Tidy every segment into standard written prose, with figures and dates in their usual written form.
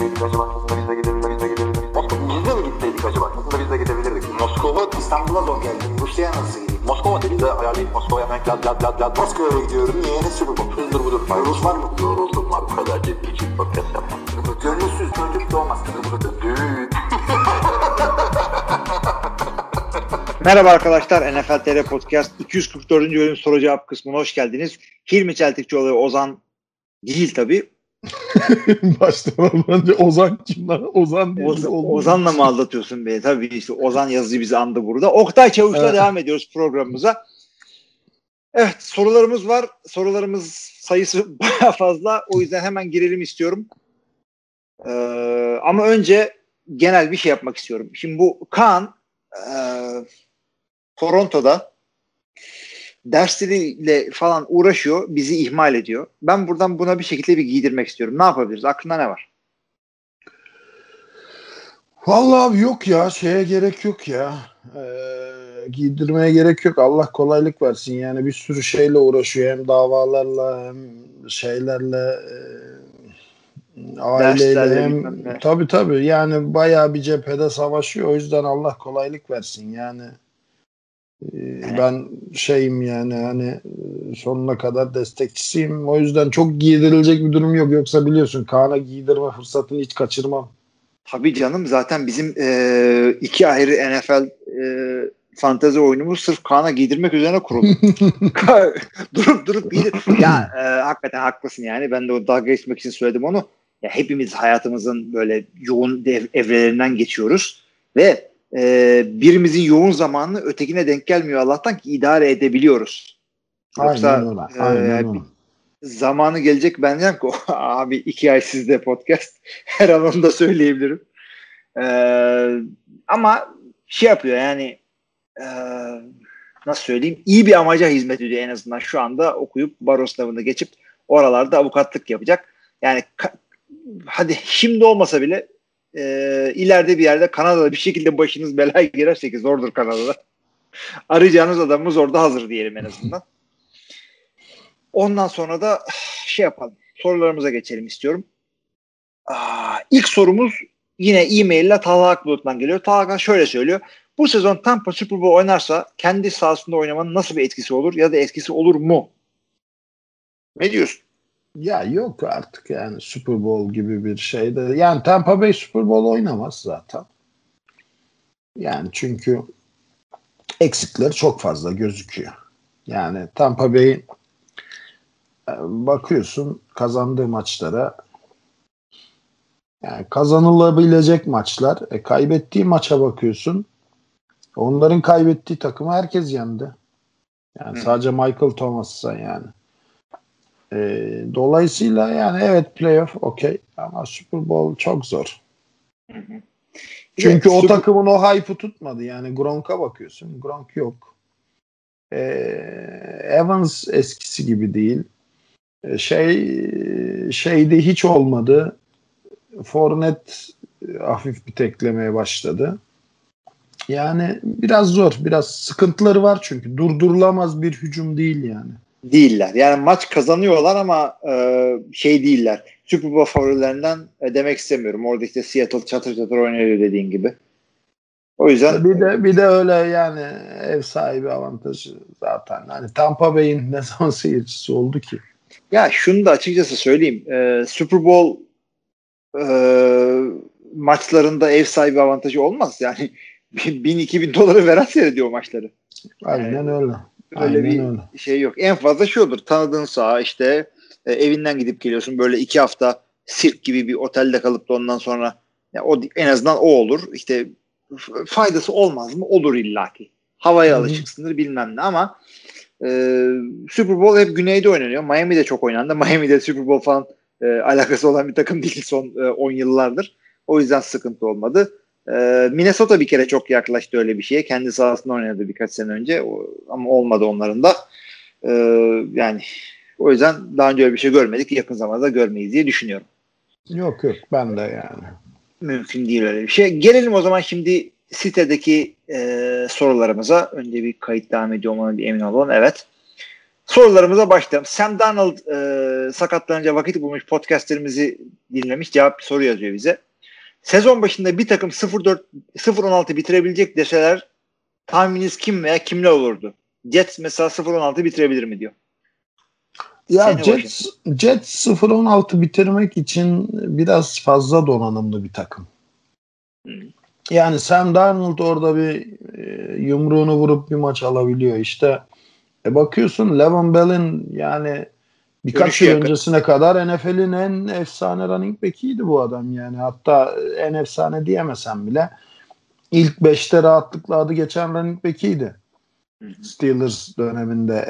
gitseydik acaba? Aslında biz de gidebilirdik. Biz de mi gitseydik acaba? Aslında biz de gidebilirdik. Moskova İstanbul'a zor geldi. Rusya'ya nasıl gideyim? Moskova dedi de ayarlayıp Moskova'ya hemen lad. Moskova'ya gidiyorum. Niye? Ne sürü bu? Hızdır budur. Rus var mı? Yoruldum var. Bu kadar ciddi podcast yapmam. Gönülsüz çocuk doğmaz. Düğün. Merhaba arkadaşlar, NFL TR Podcast 244. bölüm soru cevap kısmına hoş geldiniz. Hilmi Çeltikçioğlu, Ozan değil tabii. Başlamadan önce Ozan kim lan? Ozan değil. Ozan'la mı aldatıyorsun beni? Tabii işte Ozan Yazıcı bizi andı burada. Oktay Çavuş'la devam ediyoruz programımıza. Evet, sorularımız var. Sorularımız sayısı bayağı fazla. O yüzden hemen girelim istiyorum. Ama önce genel bir şey yapmak istiyorum. Şimdi bu Kaan Toronto'da dersleriyle falan uğraşıyor, bizi ihmal ediyor. Ben buradan buna bir şekilde bir giydirmek istiyorum. Ne yapabiliriz? Aklında ne var? Vallahi abi yok ya. Şeye gerek yok ya. Giydirmeye gerek yok. Allah kolaylık versin. Yani bir sürü şeyle uğraşıyor. Hem davalarla hem şeylerle aileyle hem tabii yani bayağı bir cephede savaşıyor. O yüzden Allah kolaylık versin. Yani ben şeyim yani hani sonuna kadar destekçisiyim. O yüzden çok giydirilecek bir durum yok. Yoksa biliyorsun Kaan'a giydirme fırsatını hiç kaçırmam. Tabii canım, zaten bizim iki ayrı NFL fantezi oyunumuz sırf Kaan'a giydirmek üzerine kuruldu. durup giydir. Ya hakikaten haklısın yani. Ben de o dalga geçmek için söyledim onu. Ya hepimiz hayatımızın böyle yoğun evrelerinden geçiyoruz ve birimizin yoğun zamanı ötekine denk gelmiyor Allah'tan ki idare edebiliyoruz. Yoksa Aynen öyle. Zamanı gelecek benden ki abi 2 ay sizde podcast. Her an onu da söyleyebilirim. Ama şey yapıyor yani nasıl söyleyeyim, iyi bir amaca hizmet ediyor en azından şu anda okuyup baro sınavını geçip oralarda avukatlık yapacak. Yani hadi şimdi olmasa bile ileride bir yerde Kanada'da bir şekilde başınız belaya girerse ki zordur Kanada'da. Arayacağınız adamımız orada hazır diyelim en azından. Ondan sonra da şey yapalım. Sorularımıza geçelim istiyorum. İlk sorumuz yine e-mail ile Talha Akbulut'tan geliyor. Talha şöyle söylüyor. Bu sezon Tampa Super Bowl oynarsa kendi sahasında oynamanın nasıl bir etkisi olur ya da etkisi olur mu? Ne diyorsun? Ya yok artık yani Super Bowl gibi bir şeyde. Yani Tampa Bay Super Bowl oynamaz zaten. Yani çünkü eksikleri çok fazla gözüküyor. Yani Tampa Bay'in bakıyorsun kazandığı maçlara, yani kazanılabilecek maçlar. Kaybettiği maça bakıyorsun. Onların kaybettiği takımı herkes yendi. Yani sadece Michael Thomas'sa yani. Dolayısıyla yani evet playoff okey ama Super Bowl çok zor. Çünkü o takımın o hype'ı tutmadı. Yani Gronk'a bakıyorsun. Gronk yok. Evans eskisi gibi değil. Şeyde hiç olmadı. Fournette hafif bir teklemeye başladı. Yani biraz zor. Biraz sıkıntıları var çünkü. Durdurulamaz bir hücum değil yani. Değiller. Yani maç kazanıyorlar ama şey değiller. Super Bowl favorilerinden demek istemiyorum. Orada işte Seattle çatır çatır oynuyor dediğin gibi. O yüzden bir de öyle yani ev sahibi avantajı zaten. Hani Tampa Bay'in ne zaman seyircisi oldu ki? Ya şunu da açıkçası söyleyeyim. Super Bowl maçlarında ev sahibi avantajı olmaz. Yani $1,000-2,000 veren seyrediyor o maçları. Aynen yani, öyle. Öyle bir şey yok. En fazla şey olur. Tanıdığın saha işte evinden gidip geliyorsun. Böyle 2 hafta sirk gibi bir otelde kalıp da ondan sonra ya o en azından o olur. İşte faydası olmaz mı? Olur illaki. Havaya alışıksındır bilmem ne ama Super Bowl hep güneyde oynanıyor. Miami'de çok oynandı. Miami'de Super Bowl falan alakası olan bir takım değil son 10 yıllardır. O yüzden sıkıntı olmadı. Minnesota bir kere çok yaklaştı öyle bir şeye. Kendi sahasında oynadı birkaç sene önce ama olmadı onların da. Yani o yüzden daha önce öyle bir şey görmedik. Yakın zamanda görmeyiz diye düşünüyorum. Yok ben de yani. Mümkün değil öyle bir şey. Gelelim o zaman şimdi sitedeki sorularımıza. Önce bir kayıt devam ediyor, ona bir emin olalım. Evet. Sorularımıza başlayalım. Sam Darnold sakatlanınca vakit bulmuş podcastlerimizi dinlemiş. Cevap soru yazıyor bize. Sezon başında bir takım 0-16 bitirebilecek deseler tahmininiz kim veya kimler olurdu? Jets mesela 0-16 bitirebilir mi diyor. Ya Jets 0-16 bitirmek için biraz fazla donanımlı bir takım. Yani Sam Darnold orada bir yumruğunu vurup bir maç alabiliyor. İşte bakıyorsun Le'Veon Bell'in yani birkaç yıl öncesine kadar NFL'in en efsane running back'iydi bu adam yani. Hatta en efsane diyemesem bile ilk 5'te rahatlıkla adı geçen running back'iydi. Steelers döneminde.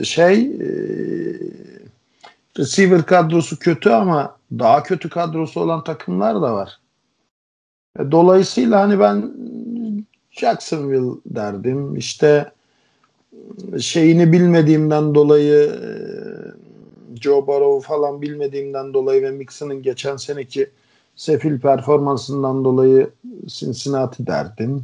Receiver kadrosu kötü ama daha kötü kadrosu olan takımlar da var. Dolayısıyla hani ben Jacksonville derdim. İşte şeyini bilmediğimden dolayı Joe Burrow falan bilmediğimden dolayı ve Mixon'ın geçen seneki sefil performansından dolayı Cincinnati derdim.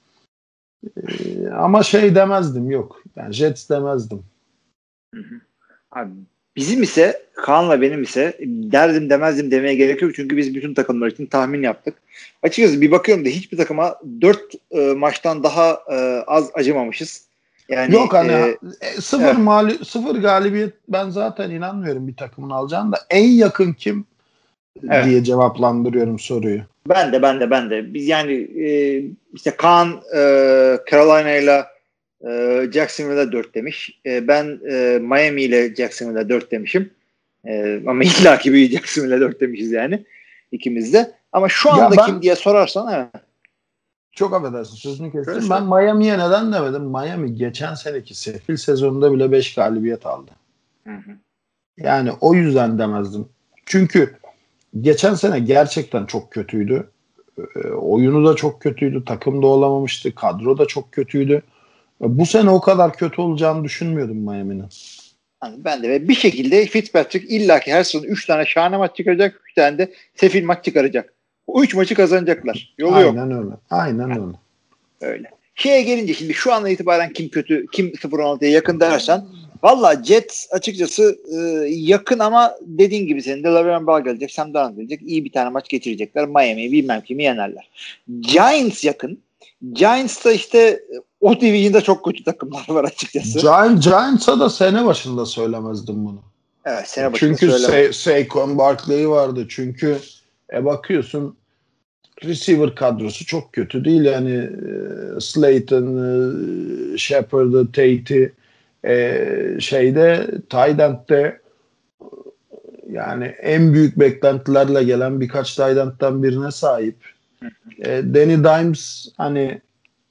Ama şey demezdim, yok. Yani Jets demezdim. Abi, bizim ise Kaan'la benim ise derdim demezdim demeye gerek yok. Çünkü biz bütün takımlar için tahmin yaptık. Açıkçası bir bakıyorum da hiçbir takıma 4 maçtan daha az acımamışız. Yani, yok hani sıfır galibiyet ben zaten inanmıyorum bir takımın alacağını da en yakın kim diye cevaplandırıyorum soruyu. Ben de. Biz yani işte Kaan Carolina ile Jacksonville'da 4 demiş. Ben Miami ile Jacksonville'da 4 demişim. Ama illaki bir Jacksonville'da 4 demişiz yani. İkimiz de. Ama şu anda kim diye sorarsan evet. Çok affedersin sözünü kestim. Ben Miami'ye neden demedim? Miami geçen seneki sefil sezonunda bile 5 galibiyet aldı. Hı. Yani o yüzden demezdim. Çünkü geçen sene gerçekten çok kötüydü. Oyunu da çok kötüydü. Takım da olamamıştı. Kadro da çok kötüydü. Bu sene o kadar kötü olacağını düşünmüyordum Miami'nin. Ben de ve bir şekilde Fitzpatrick illaki her sezon 3 tane şahane maç çıkaracak, 3 tane de sefil maç çıkaracak. O 3 maçı kazanacaklar. Yolu yok. Aynen öyle. Öyle. Şeye gelince şimdi şu andan itibaren kim kötü, kim 0-16'ya yakın dersen valla Jets açıkçası yakın ama dediğin gibi senin de Le'Veon Bell gelecek, Sam Darnold gelecek. İyi bir tane maç geçirecekler. Miami'yi bilmem kimi yenerler. Giants yakın. Giants'ta işte o division'da çok kötü takımlar var açıkçası. Giants'a da sene başında söylemezdim bunu. Evet, sene başında çünkü Saquon Barkley vardı. Çünkü bakıyorsun receiver kadrosu çok kötü değil. Yani Slayton, Shepard'ı, Tate'i tight end'de yani en büyük beklentilerle gelen birkaç tight end'den birine sahip. Danny Dimes hani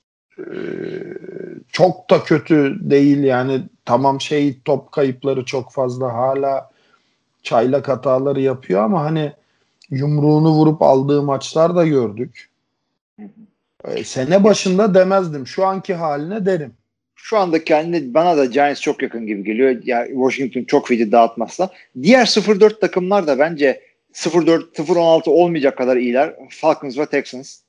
çok da kötü değil yani tamam top kayıpları çok fazla hala çaylak hataları yapıyor ama hani yumruğunu vurup aldığı maçlar da gördük. Sene başında demezdim. Şu anki haline derim. Şu andaki haline bana da Giants çok yakın gibi geliyor. Yani Washington çok feci dağıtmazsa. Diğer 0-4 takımlar da bence 0-16 olmayacak kadar iyiler. Falcons ve Texans.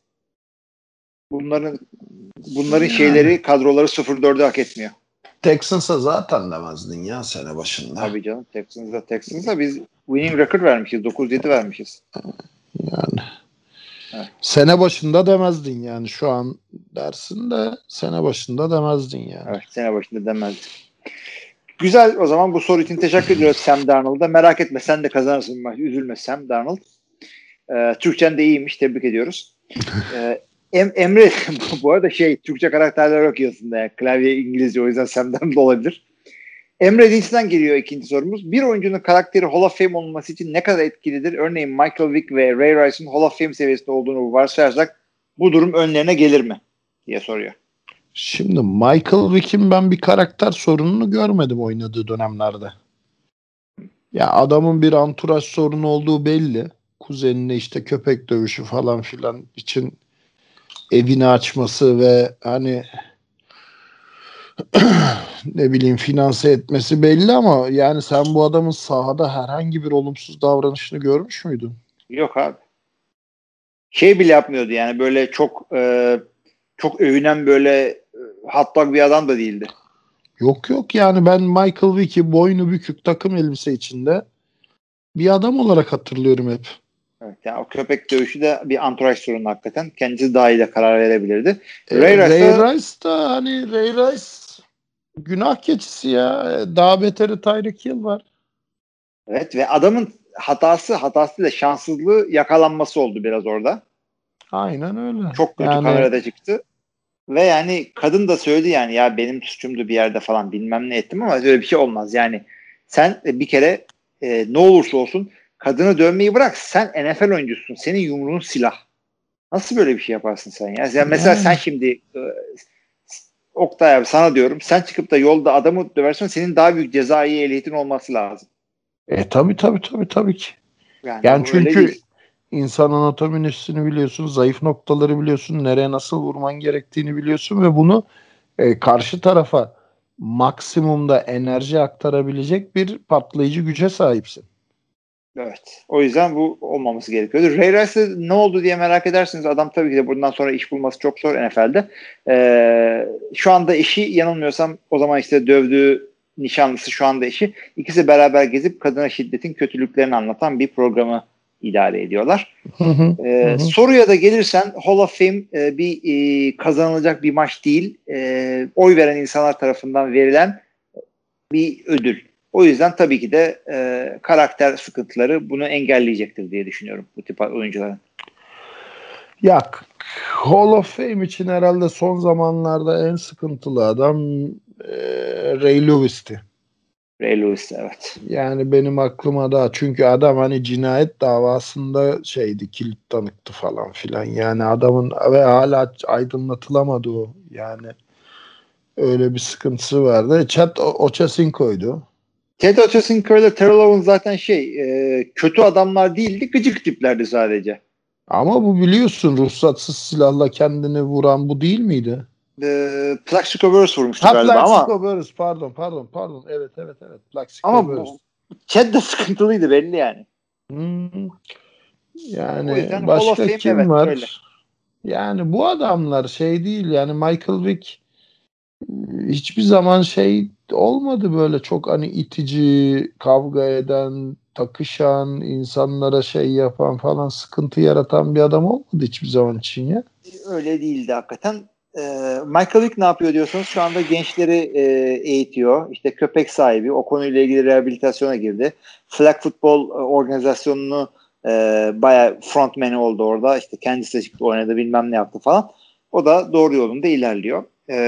Bunların şeyleri, kadroları 0-4'ü hak etmiyor. Texans'a zaten demezdin ya sene başında. Tabii canım. Texans'a biz winning record vermişiz. 9-7 vermişiz. Yani. Evet. Sene başında demezdin yani. Şu an dersin de sene başında demezdin yani. Evet, sene başında demezdin. Güzel, o zaman bu soru için teşekkür ediyoruz Sam Darnold'a. Merak etme, sen de kazanırsın maç. Üzülme Sam Darnold. Türkçen de iyiymiş. Tebrik ediyoruz. Emre bu arada Türkçe karakterler okuyorsun da yani. Klavye İngilizce, o yüzden Sam Darnold olabilir. Emre Dinç'ten geliyor ikinci sorumuz. Bir oyuncunun karakteri Hall of Fame olması için ne kadar etkilidir? Örneğin Michael Vick ve Ray Rice'ın Hall of Fame seviyesinde olduğunu varsayarsak bu durum önlerine gelir mi? diye soruyor. Şimdi Michael Vick'in ben bir karakter sorununu görmedim oynadığı dönemlerde. Ya adamın bir anturaj sorunu olduğu belli. Kuzenine işte köpek dövüşü falan filan için evini açması ve hani ne bileyim finanse etmesi belli ama yani sen bu adamın sahada herhangi bir olumsuz davranışını görmüş müydün? Yok abi. Bile yapmıyordu yani böyle çok övünen böyle hot dog bir adam da değildi. Yok yani ben Michael Vick'i boynu bükük takım elbise içinde bir adam olarak hatırlıyorum hep. Evet, yani o köpek dövüşü de bir anturaj sorunu hakikaten. Kendisi daha iyi de karar verebilirdi. Ray Rice da hani Ray Rice günah keçisi ya. Daha beteri Tyreek Hill var. Evet ve adamın hatası da şanssızlığı yakalanması oldu biraz orada. Aynen öyle. Çok kötü kamerada çıktı. Ve yani kadın da söyledi yani ya benim suçumdu bir yerde falan bilmem ne ettim ama öyle bir şey olmaz. Yani sen bir kere ne olursa olsun kadını dövmeyi bırak, sen NFL oyuncusun. Senin yumruğun silah. Nasıl böyle bir şey yaparsın sen ya? Yani mesela sen şimdi Oktay abi sana diyorum, sen çıkıp da yolda adamı döversen senin daha büyük cezai ehliyetin olması lazım. Tabii ki. Yani çünkü insan anatomisini biliyorsun, zayıf noktaları biliyorsun, nereye nasıl vurman gerektiğini biliyorsun ve bunu karşı tarafa maksimumda enerji aktarabilecek bir patlayıcı güce sahipsin. Evet. O yüzden bu olmaması gerekiyordu. Ray Rice'e ne oldu diye merak edersiniz. Adam tabii ki de bundan sonra iş bulması çok zor NFL'de. Şu anda eşi, yanılmıyorsam o zaman işte dövdüğü nişanlısı şu anda eşi. İkisi beraber gezip kadına şiddetin kötülüklerini anlatan bir programı idare ediyorlar. Soruya da gelirsen Hall of Fame kazanılacak bir maç değil. Oy veren insanlar tarafından verilen bir ödül. O yüzden tabii ki de karakter sıkıntıları bunu engelleyecektir diye düşünüyorum bu tip oyuncuların. Ya Hall of Fame için herhalde son zamanlarda en sıkıntılı adam Ray Lewis'ti. Ray Lewis, evet. Yani benim aklıma da, çünkü adam hani cinayet davasında kilit tanıktı falan filan. Yani adamın ve hala aydınlatılamadı o. Yani öyle bir sıkıntısı vardı. Chad Ochocinco'ydu. Ted Ochocinco ile Terrell Owens zaten kötü adamlar değildi, gıcık tiplerdi sadece. Ama bu biliyorsun ruhsatsız silahla kendini vuran bu değil miydi? Plaxico Burress vurmuştu galiba Plaxico Burress, pardon. Evet. Plaxico ama Burress. Chad de sıkıntılıydı belli yani. Yani o yüzden başka Fame, kim evet, var? öyle. Yani bu adamlar değil yani Michael Vick hiçbir zaman olmadı, böyle çok hani itici, kavga eden, takışan, insanlara yapan falan, sıkıntı yaratan bir adam olmadı hiçbir zaman için ya. Öyle değildi hakikaten. Michael Vick ne yapıyor diyorsanız, şu anda gençleri eğitiyor. İşte köpek sahibi, o konuyla ilgili rehabilitasyona girdi. Flag Football organizasyonunu bayağı frontman'i oldu orada. İşte kendisi de çıktı, oynadı, bilmem ne yaptı falan. O da doğru yolunda ilerliyor.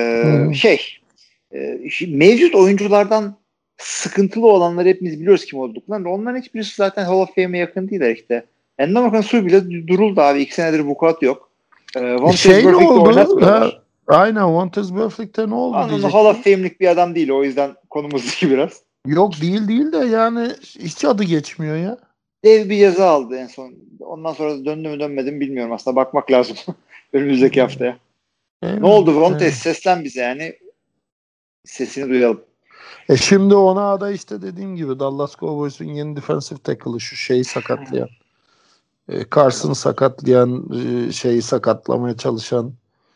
Mevcut oyunculardan sıkıntılı olanları hepimiz biliyoruz kim olduklarını. Onların hiçbirisi zaten Hall of Fame'e yakın değiller işte. Endamakan Suyu bile duruldu abi. 2 senedir vukuat yok. Ne oldu? Aynen, Vontaze Burfict'te ne oldu Onun diyecektim. Hall of Fame'lik bir adam değil. O yüzden konumuz biraz. Yok değil de yani hiç adı geçmiyor ya. Dev bir ceza aldı en son. Ondan sonra da döndü mü dönmedi mi bilmiyorum. Aslında bakmak lazım. Önümüzdeki haftaya. Ne oldu Vontaze? Seslen bize yani. Sesini duyalım. Şimdi ona da işte dediğim gibi Dallas Cowboys'un yeni defensive tackle'ı, şu sakatlayan. Carson'ı sakatlayan, sakatlamaya çalışan,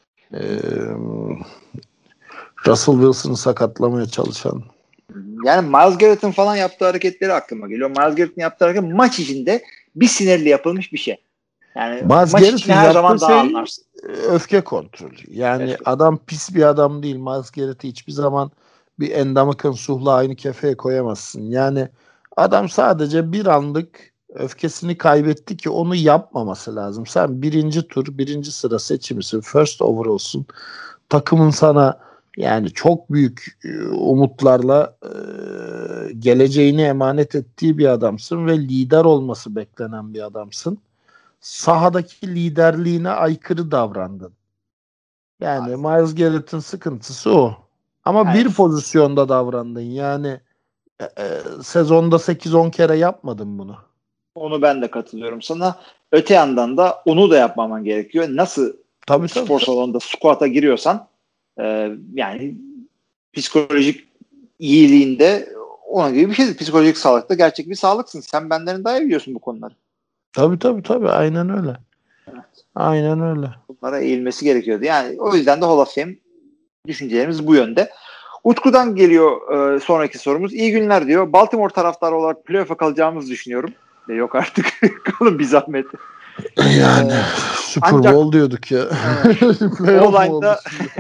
Russell Wilson'ı sakatlamaya çalışan. Yani Myles Garrett'ın falan yaptığı hareketleri aklıma geliyor. Myles Garrett'ın yaptığı hareket maç içinde bir sinirle yapılmış bir şey. Yani Myles maç içinde her zaman daha anlarsın. Öfke kontrolü. Yani adam pis bir adam değil. Myles Garrett'i hiçbir zaman bir Endamakan Suh'la aynı kefeye koyamazsın. Yani adam sadece bir anlık öfkesini kaybetti ki onu yapmaması lazım. Sen birinci sıra seçimisin. First overall'sun. Takımın sana yani çok büyük umutlarla geleceğini emanet ettiği bir adamsın ve lider olması beklenen bir adamsın. Sahadaki liderliğine aykırı davrandın. Yani Myles Garrett'ın sıkıntısı o. Ama bir pozisyonda davrandın. Yani sezonda 8-10 kere yapmadın bunu. Onu ben de katılıyorum sana. Öte yandan da onu da yapmaman gerekiyor. Nasıl spor salonunda squat'a giriyorsan yani psikolojik iyiliğinde ona gibi bir şeydir. Psikolojik sağlıkta gerçek bir sağlıksın. Sen benden daha iyi biliyorsun bu konuları. Tabii. Aynen öyle. Evet. Aynen öyle. Bunlara eğilmesi gerekiyordu. Yani o yüzden de Hall of Fame düşüncelerimiz bu yönde. Utku'dan geliyor sonraki sorumuz. İyi günler diyor. Baltimore taraftarı olarak playoff'a kalacağımızı düşünüyorum. Yok artık. Kalın bir zahmet. Yani Super Bowl diyorduk ya. Online'da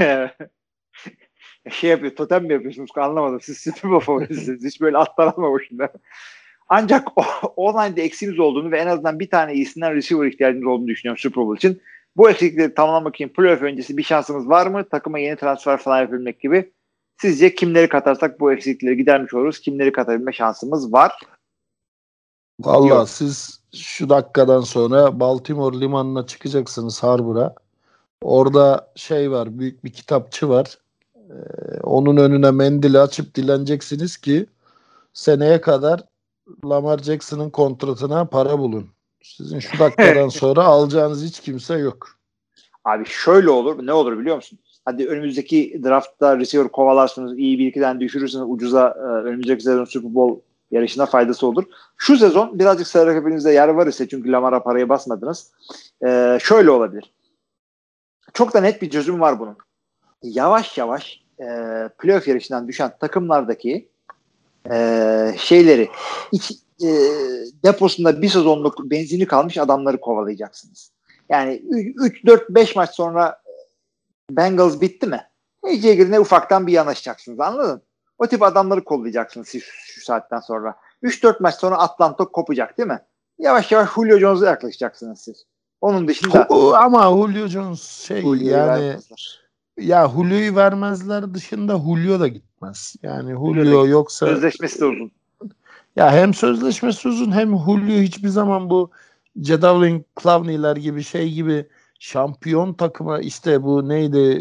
şey yapıyor. Totem mi yapıyorsunuz? Anlamadım. Siz Super Bowl favorisiniz. Hiç böyle alttan alma boşuna. Ancak online'da eksiğimiz olduğunu ve en azından bir tane iyisinden receiver ihtiyacımız olduğunu düşünüyorum Super Bowl için. Bu eksiklikleri tamamlamak için playoff öncesi bir şansımız var mı? Takıma yeni transfer falan yapabilmek gibi. Sizce kimleri katarsak bu eksiklikleri gidermiş oluruz? Kimleri katabilme şansımız var? Vallahi siz şu dakikadan sonra Baltimore limanına çıkacaksınız, Harbor'a. Orada şey var, büyük bir kitapçı var. Onun önüne mendili açıp dileneceksiniz ki seneye kadar Lamar Jackson'ın kontratına para bulun. Sizin şu dakikadan sonra alacağınız hiç kimse yok. Abi şöyle olur. Ne olur biliyor musun? Hadi önümüzdeki draftta receiver kovalarsınız. İyi bir iki tane düşürürsünüz. Ucuza önümüzdeki sezon Super Bowl yarışına faydası olur. Şu sezon birazcık salary cap'inizde yer var ise çünkü Lamar'a parayı basmadınız. Şöyle olabilir. Çok da net bir çözüm var bunun. Yavaş yavaş playoff yarışından düşen takımlardaki şeyleri deposunda bir sezonluk benzini kalmış adamları kovalayacaksınız. Yani 3-4-5 maç sonra Bengals bitti mi? AJ Green'e ufaktan bir yanaşacaksınız. Anladın? O tip adamları kollayacaksınız şu saatten sonra. 3-4 maç sonra Atlanta kopacak değil mi? Yavaş yavaş Julio Jones'a yaklaşacaksınız siz. Onun dışında ama Julio Jones Julio'yu yani vermezler. Ya Julio'yu vermezler dışında Julio da gitmez. Yani Julio yoksa sözleşmesi de uzun. Ya hem sözleşmesi uzun hem Julio hiçbir zaman bu Jadavion Clowney'ler gibi şey gibi şampiyon takıma işte bu neydi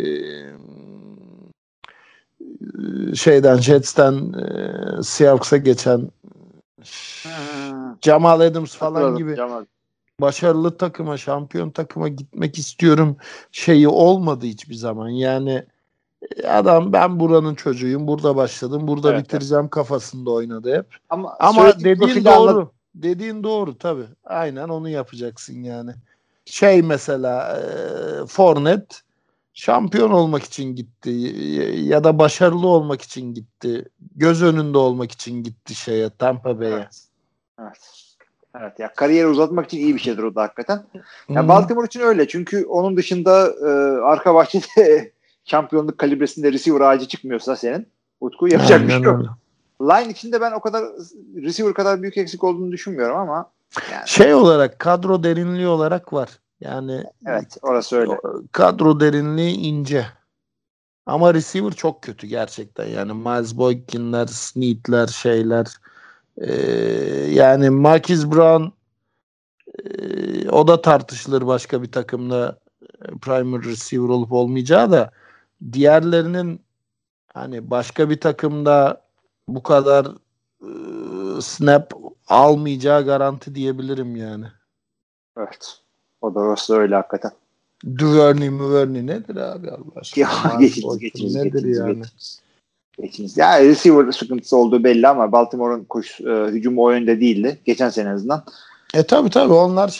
şeyden Jets'ten Seahawks'a geçen Jamal Adams falan Hatırladım, gibi Jamal. Başarılı takıma, şampiyon takıma gitmek istiyorum şeyi olmadı hiçbir zaman. Yani adam ben buranın çocuğuyum, burada başladım, burada bitireceğim kafasında oynadı hep. Ama dediğin doğru. Dediğin doğru tabii. Aynen onu yapacaksın yani. Şey mesela Fournette şampiyon olmak için gitti ya da başarılı olmak için gitti. Göz önünde olmak için gitti Tampa Bay'e. Evet ya kariyeri uzatmak için iyi bir şeydir o da hakikaten. Ya Baltimore için öyle çünkü onun dışında arka bahçede şampiyonluk kalibresinde receiver ağacı çıkmıyorsa senin Utku yapacak bir şey yok. Line içinde ben o kadar receiver kadar büyük eksik olduğunu düşünmüyorum ama yani. Şey olarak kadro derinliği olarak var. Yani evet orası öyle. Kadro derinliği ince. Ama receiver çok kötü gerçekten. Yani Miles Boykin'ler, Snead'ler şeyler yani Marquise Brown o da tartışılır başka bir takımda primary receiver olup olmayacağı da diğerlerinin hani başka bir takımda bu kadar snap almayacağı garanti diyebilirim yani. Evet. O da orası öyle hakikaten. Duvernay nedir abi Allah aşkına? Ya geçiniz. Ya receiver sıkıntısı olduğu belli ama Baltimore'un hücumu o yönde değildi. Geçen sene en azından. Tabii onlar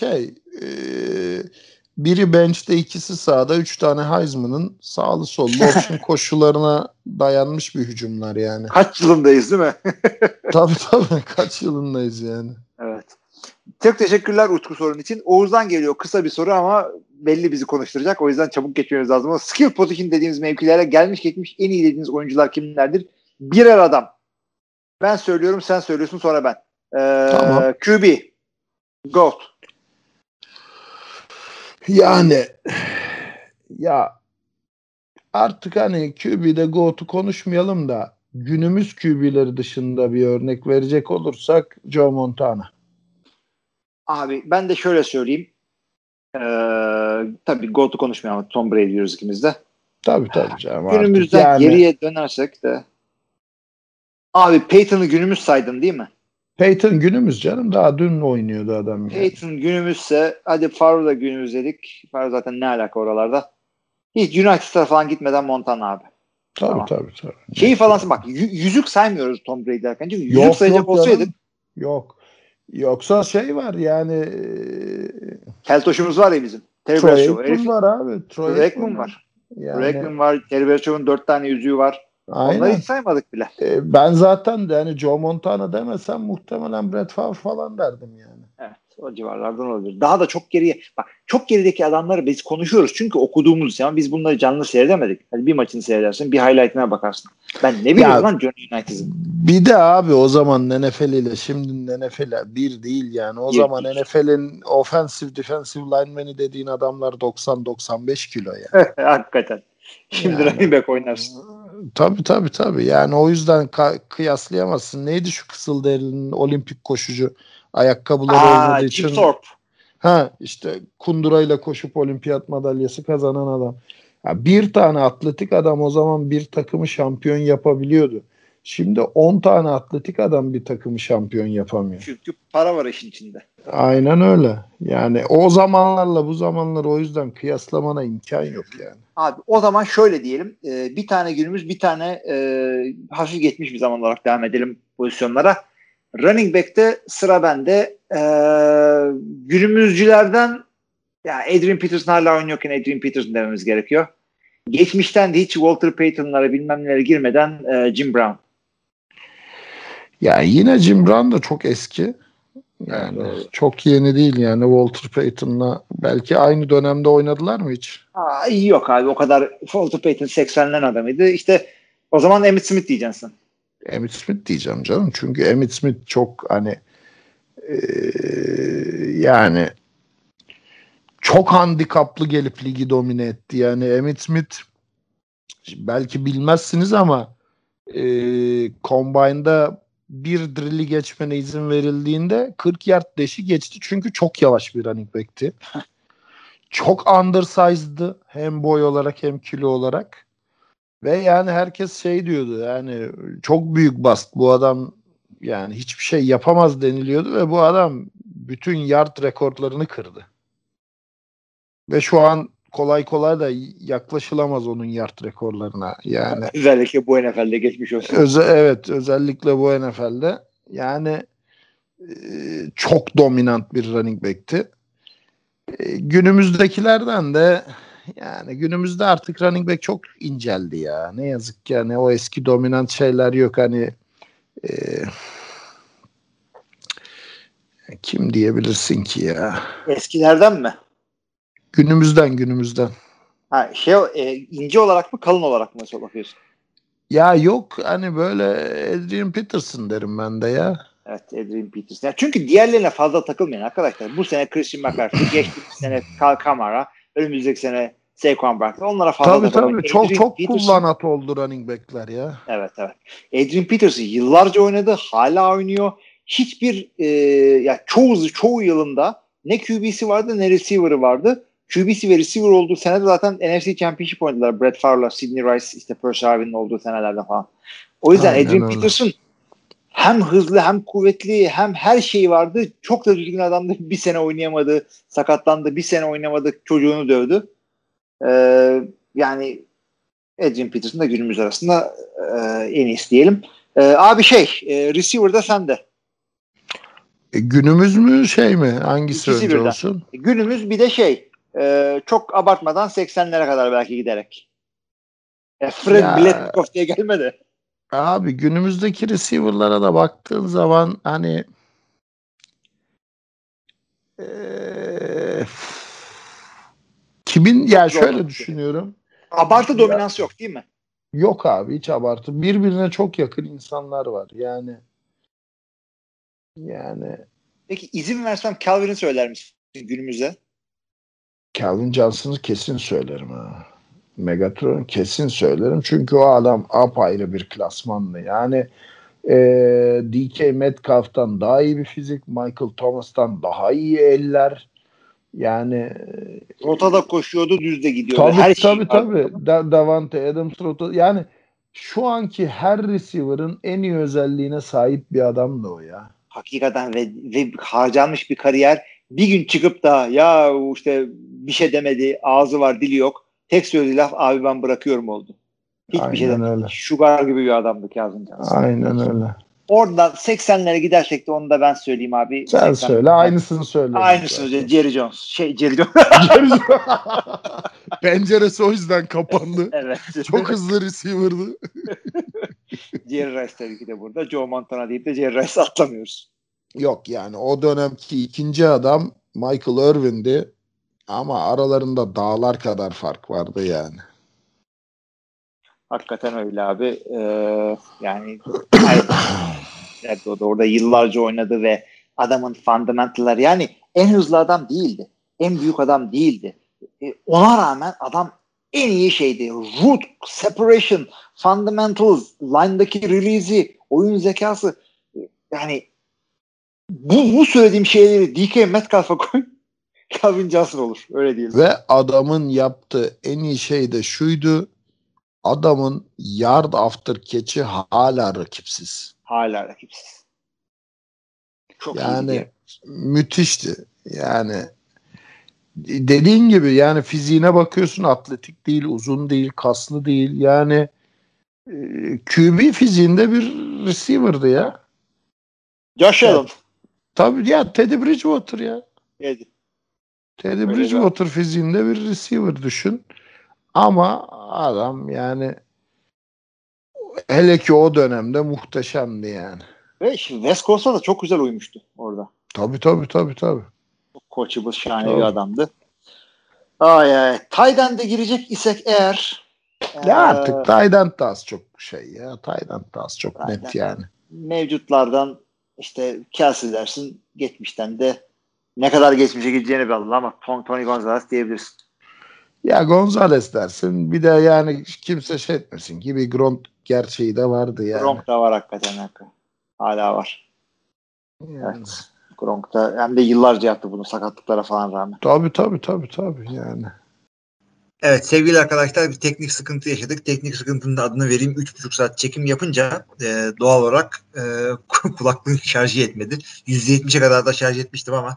biri bench'te ikisi sağda 3 tane Heisman'ın sağlı sollu option koşularına dayanmış bir hücumlar yani. Kaç yılındayız değil mi? Tabii kaç yılındayız yani. Evet. Çok teşekkürler Utku sorun için. Oğuz'dan geliyor kısa bir soru ama belli bizi konuşturacak. O yüzden çabuk geçmemiz lazım. O skill position dediğimiz mevkilere gelmiş geçmiş en iyi dediğiniz oyuncular kimlerdir? Birer adam. Ben söylüyorum sen söylüyorsun sonra ben. Tamam. QB. GOAT. Yani ya artık hani QB'de GOAT'u konuşmayalım da günümüz QB'leri dışında bir örnek verecek olursak Joe Montana. Abi ben de şöyle söyleyeyim. Tabii GOAT'u konuşmayalım ama Tom Brady diyoruz ikimiz de. Tabii canım. Günümüzden geriye dönersek de abi Peyton'ı günümüz saydın değil mi? Peyton günümüz canım. Daha dün oynuyordu adam. Yani. Peyton günümüzse hadi Favre da günümüz dedik. Favre zaten ne alaka oralarda. Hiç United'a falan gitmeden Montana abi. Tabii. Şeyi falan bak yüzük saymıyoruz Tom Brady derken. Çünkü yüzük sayacak olsaydık. Yok. Yoksa var yani. Keltoşumuz var ya bizim. Troy Aikman var abi. Troy Aikman var. Troy Aikman var. Terry Bradshaw'un 4 tane yüzüğü var. Aynen. Onları hiç saymadık bile. Ben zaten de hani Joe Montana demesem muhtemelen Brett Favre falan derdim yani. Evet, o civarlardan olabilir. Daha da çok geriye, bak çok gerideki adamları biz konuşuyoruz çünkü okuduğumuz zaman biz bunları canlı seyredemedik. Hadi bir maçını seyredersin, bir highlight'ına bakarsın. Ben ne biliyorum lan John United'ın. Bir de abi o zaman NFL ile şimdinin NFL bir değil yani. O Bir zaman değil. NFL'in offensive defensive lineman'i dediğin adamlar 90-95 kilo yani. Hakikaten. Şimdi Yani, running back oynarsın. Tabii. Yani o yüzden kıyaslayamazsın. Neydi şu Kızılderili'nin olimpik koşucu ayakkabıları olmadığı Jim için? Thorpe. İşte kundurayla koşup olimpiyat madalyası kazanan adam. Ya bir tane atletik adam o zaman bir takımı şampiyon yapabiliyordu. Şimdi 10 tane atletik adam bir takımı şampiyon yapamıyor. Çünkü para var işin içinde. Aynen öyle. Yani o zamanlarla bu zamanları o yüzden kıyaslamana imkan yok yani. Abi o zaman şöyle diyelim. Bir tane günümüz, bir tane hafif geçmiş bir zaman olarak devam edelim pozisyonlara. Running back'te sıra bende. Günümüzcülerden ya Adrian Peterson hala oynuyorken Adrian Peterson dememiz gerekiyor. Geçmişten de hiç Walter Payton'lara bilmem nelere girmeden Jim Brown. Ya yine Jim Brown da çok eski. Yani evet, çok yeni değil yani Walter Payton'la belki aynı dönemde oynadılar mı hiç? Yok abi o kadar. Walter Payton 80'len adamıydı. İşte o zaman Emmitt Smith diyeceksin. Emmitt Smith diyeceğim canım. Çünkü Emmitt Smith çok hani yani çok handikaplı gelip ligi domine etti. Yani Emmitt Smith belki bilmezsiniz ama Combine'da bir drill'i geçmene izin verildiğinde 40 yard deşi geçti. Çünkü çok yavaş bir running back'ti. Çok undersized'dı. Hem boy olarak hem kilo olarak. Ve yani herkes şey diyordu yani çok büyük bast bu adam yani hiçbir şey yapamaz deniliyordu ve bu adam bütün yard rekorlarını kırdı. Ve şu an kolay kolay da yaklaşılamaz onun yard rekorlarına. Yani özellikle bu NFL'de geçmiş olsun. evet özellikle bu NFL'de yani çok dominant bir running back'ti. Günümüzdekilerden de yani günümüzde artık running back çok inceldi ya. Ne yazık ki yani o eski dominant şeyler yok hani kim diyebilirsin ki ya? Eskilerden mi? Günümüzden. İnce olarak mı kalın olarak mı bakıyorsun? Ya yok hani böyle Adrian Peterson derim ben de ya. Evet Adrian Peterson. Yani çünkü diğerlerine fazla takılmayın arkadaşlar. Bu sene Christian McCaffrey, geçtiğimiz sene Kyle Kamara, önümüzdeki sene Saquon Barkley. Onlara fazla takılmayın. Tabii çok kullanat oldu running back'ler ya. Evet. Adrian Peterson yıllarca oynadı. Hala oynuyor. Hiçbir ya çoğu yılında ne QB'si vardı ne receiver'ı vardı. QB'si ve receiver olduğu senede zaten NFC Championship oynadılar. Brett Favre'la, Sidney Rice, işte Percy Harvin'in olduğu senelerde falan. O yüzden Aynen Adrian öyle. Peterson hem hızlı hem kuvvetli hem her şeyi vardı. Çok da düzgün adamdı. Bir sene oynayamadı. Sakatlandı. Bir sene oynamadı. Çocuğunu dövdü. Yani Adrian Peterson da günümüz arasında en iyisi diyelim. Abi receiver'da sende. Günümüz mü şey mi? Hangisi İkisi önce birden. olsun? Günümüz bir de çok abartmadan 80'lere kadar belki giderek. Fred Biletnikoff diye gelmedi. Abi günümüzdeki receiver'lara da baktığın zaman hani kimin ya şöyle düşünüyorum. Abartı dominans yok değil mi? Yok abi hiç abartı. Birbirine çok yakın insanlar var. Yani Peki izin versem Calvin'i söyler misin günümüze? Calvin Johnson'ı kesin söylerim ha. Megatron kesin söylerim. Çünkü o adam apayrı bir klasmanlı. Yani DK Metcalf'tan daha iyi bir fizik. Michael Thomas'tan daha iyi eller. Yani Rotada koşuyordu, düzde gidiyordu. Her şey tabii. Davante Adams rota. Yani şu anki her receiver'ın en iyi özelliğine sahip bir adam da o ya. Hakikaten ve harcanmış bir kariyer. Bir gün çıkıp da ya işte bir şey demedi, ağzı var, dili yok. Tek söylediği laf abi ben bırakıyorum oldu. Hiçbir şey demedi. Öyle. Sugar gibi bir adamdı Kazım Johnson. Aynen öyle. Oradan 80'lere gidersek de onu da ben söyleyeyim abi. Sen söyle. Aynısını söyle. Aynısını söyle. Jerry Jones. Jerry Jones. Penceresi o yüzden kapandı. Evet. Çok hızlı receiver'dı. Jerry Rice tabii ki de burada. Joe Montana deyip de Jerry Rice'ı atlamıyoruz. Yok yani o dönemki ikinci adam Michael Irvin'di. Ama aralarında dağlar kadar fark vardı yani. Hakikaten öyle abi. Yani evet, o da orada yıllarca oynadı ve adamın fundamental'ları, yani en hızlı adam değildi. En büyük adam değildi. Ona rağmen adam en iyi şeydi. Root, separation, fundamentals, line'daki release'i, oyun zekası. Yani bu söylediğim şeyleri DK Metcalf'a koy. Calvin Johnson olur. Öyle diyelim. Ve adamın yaptığı en iyi şey de şuydu. Adamın yard after catch'i hala rakipsiz. Hala rakipsiz. Çok yani müthişti. Yani dediğin gibi yani fiziğine bakıyorsun, atletik değil, uzun değil, kaslı değil. Yani QB fiziğinde bir receiver'dı ya. Josh Allen. Tabii ya, Teddy Bridgewater ya. Yedi. Teddy Bridgewater fiziğinde bir receiver düşün. Ama adam yani hele ki o dönemde muhteşemdi yani. Ve West Coast'a da çok güzel uymuştu orada. Tabii. Coachable şahane bir adamdı. Ay. Tight end'e girecek isek eğer. Ya artık tight end de az çok şey ya. Tight end de az çok net yani. Mevcutlardan işte Kelsey dersin. Geçmişten de ne kadar geçmişe gideceğini belli ama Tony Gonzalez diyebilirsin. Ya Gonzalez dersin. Bir de yani kimse şey etmesin ki bir Gronk gerçeği de vardı yani. Gronk da var hakikaten. Hala var. Yani. Evet. Gronk da hem de yıllarca yaptı bunu sakatlıklara falan rağmen. Tabii yani. Evet sevgili arkadaşlar, bir teknik sıkıntı yaşadık. Teknik sıkıntının da adını vereyim. 3,5 saat çekim yapınca doğal olarak kulaklığın şarjı yetmedi. %70'e kadar da şarj etmiştim ama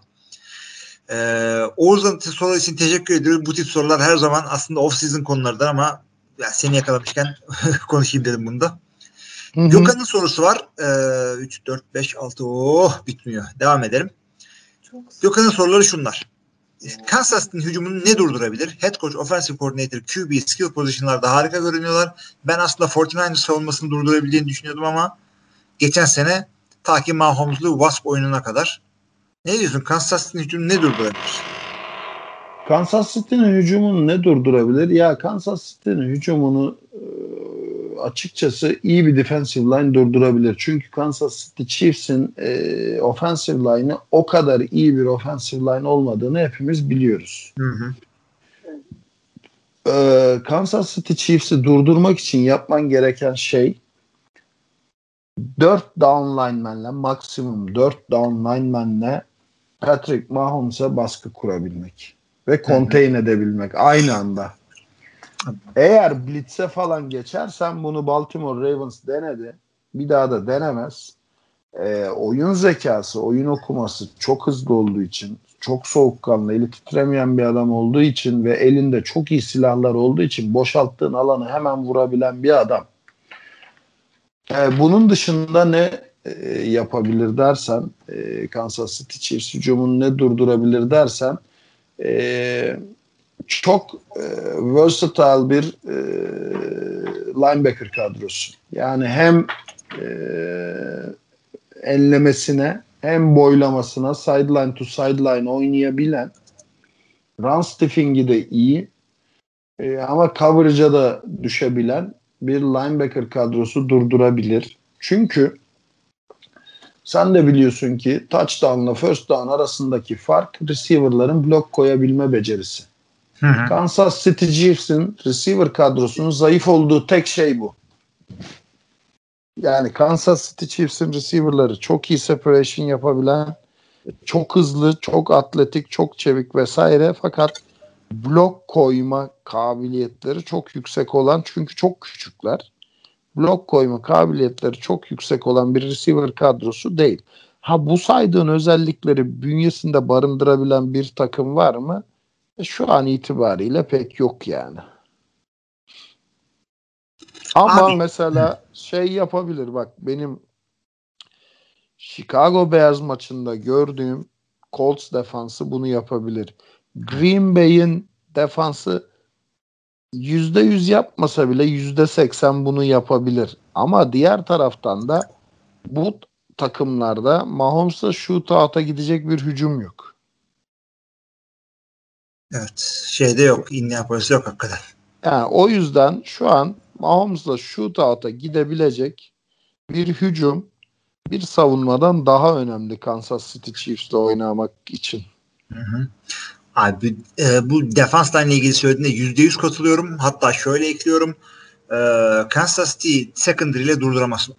Oğuz'un soruları için teşekkür ediyoruz. Bu tip sorular her zaman aslında off-season konulardır ama ya seni yakalamışken konuşayım dedim bunda. Gökhan'ın sorusu var. 3, 4, 5, 6 bitmiyor. Devam edelim. Gökhan'ın soruları şunlar. Kansas City'nin hücumunu ne durdurabilir? Head coach, offensive coordinator, QB, skill position'larda harika görünüyorlar. Ben aslında 49ers savunmasını durdurabildiğini düşünüyordum ama geçen sene ta ki Mahomes'lu Wasp oyununa kadar. Ne diyorsun? Kansas City'nin hücumunu ne durdurabilir? Kansas City'nin hücumunu ne durdurabilir? Ya Kansas City'nin hücumunu açıkçası iyi bir defensive line durdurabilir. Çünkü Kansas City Chiefs'in offensive line'ı o kadar iyi bir offensive line olmadığını hepimiz biliyoruz. Kansas City Chiefs'i durdurmak için yapman gereken şey 4 down linemenle, maksimum 4 down linemenle Patrick Mahomes'a baskı kurabilmek ve contain edebilmek aynı anda. Eğer blitz'e falan geçersen, bunu Baltimore Ravens denedi. Bir daha da denemez. Oyun zekası, oyun okuması çok hızlı olduğu için, çok soğukkanlı, eli titremeyen bir adam olduğu için ve elinde çok iyi silahlar olduğu için boşalttığın alanı hemen vurabilen bir adam. Bunun dışında ne yapabilir dersen, Kansas City Chiefs hücumunu ne durdurabilir dersen, çok versatile bir linebacker kadrosu. Yani hem enlemesine hem boylamasına sideline to sideline oynayabilen, run stiffing'i de iyi ama coverage'a da düşebilen bir linebacker kadrosu durdurabilir. Çünkü sen de biliyorsun ki touchdown'la first down arasındaki fark receiver'ların blok koyabilme becerisi. Kansas City Chiefs'in receiver kadrosunun zayıf olduğu tek şey bu. Yani Kansas City Chiefs'in receiver'ları çok iyi separation yapabilen, çok hızlı, çok atletik, çok çevik vesaire, fakat blok koyma kabiliyetleri çok yüksek olan, çünkü çok küçükler. Blok koyma kabiliyetleri çok yüksek olan bir receiver kadrosu değil. Bu saydığın özellikleri bünyesinde barındırabilen bir takım var mı? Şu an itibariyle pek yok yani. Ama mesela şey yapabilir, bak benim Chicago Bears maçında gördüğüm Colts defansı bunu yapabilir. Green Bay'in defansı %100 yapmasa bile %80 bunu yapabilir. Ama diğer taraftan da bu takımlarda Mahomes'a shootout'a gidecek bir hücum yok. Evet. Şeyde yok. Indianapolis'te yok hakikaten. Yani o yüzden şu an Mahomes'la shootout'a gidebilecek bir hücum, bir savunmadan daha önemli Kansas City Chiefs'le oynamak için. Hı hı. Abi bu defansla ilgili söylediğinde %100 katılıyorum. Hatta şöyle ekliyorum. Kansas City secondary ile durduramazsın.